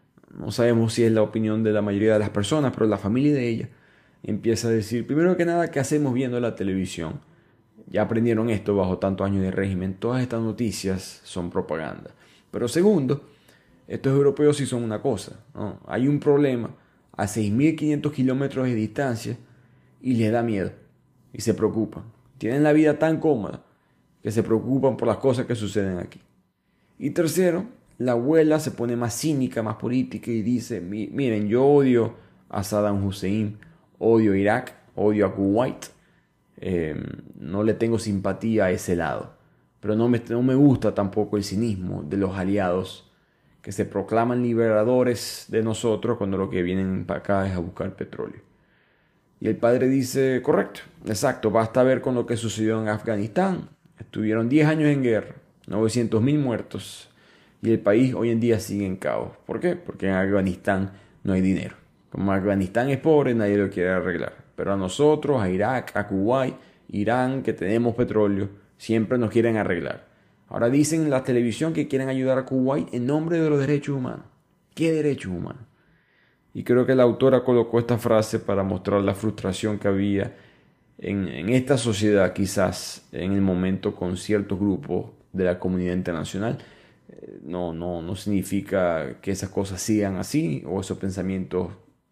no sabemos si es la opinión de la mayoría de las personas, pero la familia de ella empieza a decir, primero que nada, ¿qué hacemos viendo la televisión? Ya aprendieron esto bajo tantos años de régimen. Todas estas noticias son propaganda. Pero segundo, estos europeos sí son una cosa, ¿no? Hay un problema a 6.500 kilómetros de distancia y les da miedo. Y se preocupan. Tienen la vida tan cómoda que se preocupan por las cosas que suceden aquí. Y tercero, la abuela se pone más cínica, más política y dice, miren, yo odio a Saddam Hussein, odio a Irak, odio a Kuwait. No le tengo simpatía a ese lado, pero no me gusta tampoco el cinismo de los aliados que se proclaman liberadores de nosotros cuando lo que vienen para acá es a buscar petróleo. Y el padre dice, correcto, exacto, basta ver con lo que sucedió en Afganistán. Estuvieron 10 años en guerra, 900.000 muertos y el país hoy en día sigue en caos. ¿Por qué? Porque en Afganistán no hay dinero. Como Afganistán es pobre, nadie lo quiere arreglar. Pero a nosotros, a Irak, a Kuwait, Irán, que tenemos petróleo, siempre nos quieren arreglar. Ahora dicen en la televisión que quieren ayudar a Kuwait en nombre de los derechos humanos. ¿Qué derechos humanos? Y creo que la autora colocó esta frase para mostrar la frustración que había en esta sociedad, quizás en el momento con ciertos grupos de la comunidad internacional. No significa que esas cosas sigan así o esos pensamientos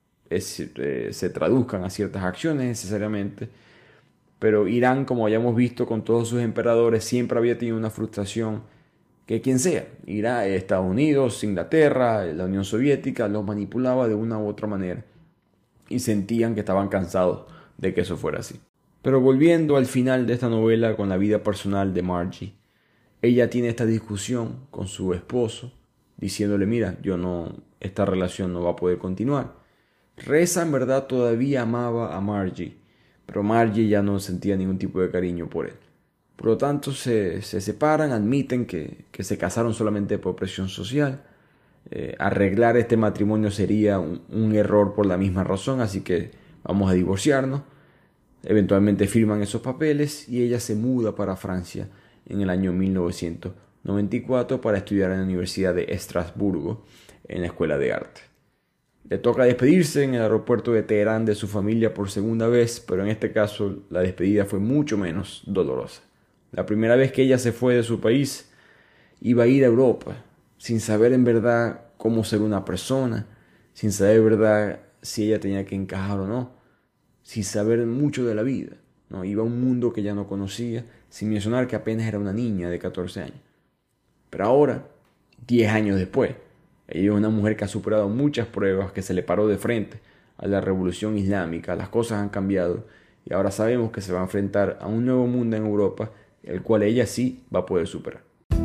se traduzcan a ciertas acciones necesariamente, pero Irán, como hayamos visto con todos sus emperadores, siempre había tenido una frustración que quien sea, Irán, Estados Unidos, Inglaterra, la Unión Soviética, los manipulaba de una u otra manera y sentían que estaban cansados de que eso fuera así. Pero volviendo al final de esta novela con la vida personal de Margie, ella tiene esta discusión con su esposo diciéndole, mira, esta relación no va a poder continuar. Reza en verdad todavía amaba a Margie, pero Margie ya no sentía ningún tipo de cariño por él. Por lo tanto se separan, admiten que se casaron solamente por presión social. Arreglar este matrimonio sería un error por la misma razón, así que vamos a divorciarnos. Eventualmente firman esos papeles y ella se muda para Francia en el año 1994 para estudiar en la Universidad de Estrasburgo en la Escuela de Arte. Le toca despedirse en el aeropuerto de Teherán de su familia por segunda vez, pero en este caso la despedida fue mucho menos dolorosa. La primera vez que ella se fue de su país, iba a ir a Europa, sin saber en verdad cómo ser una persona, sin saber en verdad si ella tenía que encajar o no, sin saber mucho de la vida, ¿no? Iba a un mundo que ya no conocía, sin mencionar que apenas era una niña de 14 años. Pero ahora, 10 años después, ella es una mujer que ha superado muchas pruebas, que se le paró de frente a la revolución islámica, las cosas han cambiado y ahora sabemos que se va a enfrentar a un nuevo mundo en Europa, el cual ella sí va a poder superar.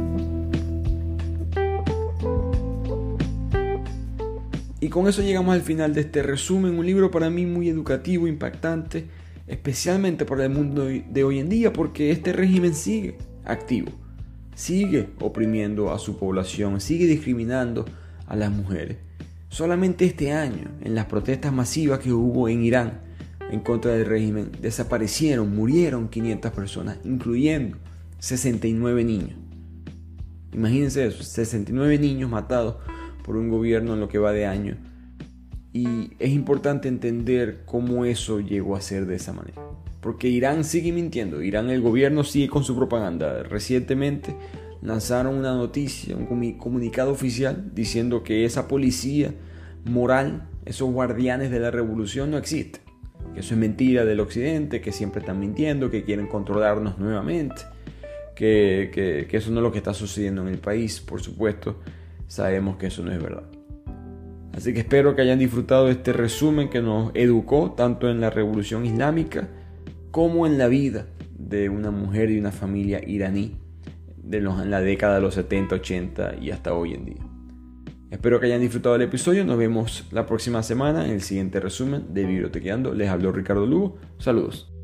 Y con eso llegamos al final de este resumen, un libro para mí muy educativo, impactante, especialmente para el mundo de hoy en día, porque este régimen sigue activo, sigue oprimiendo a su población, sigue discriminando a las mujeres. Solamente este año, en las protestas masivas que hubo en Irán en contra del régimen, murieron 500 personas, incluyendo 69 niños. Imagínense eso, 69 niños matados por un gobierno en lo que va de año. Y es importante entender cómo eso llegó a ser de esa manera. Porque Irán sigue mintiendo, el gobierno sigue con su propaganda. Recientemente lanzaron una noticia, un comunicado oficial diciendo que esa policía moral, esos guardianes de la revolución no existen. Que eso es mentira del occidente, que siempre están mintiendo, que quieren controlarnos nuevamente. Que eso no es lo que está sucediendo en el país. Por supuesto, sabemos que eso no es verdad. Así que espero que hayan disfrutado de este resumen que nos educó tanto en la revolución islámica como en la vida de una mujer y una familia iraní en la década de los 70, 80 y hasta hoy en día. Espero que hayan disfrutado del episodio. Nos vemos la próxima semana en el siguiente resumen de Bibliotequeando. Les habló Ricardo Lugo. Saludos.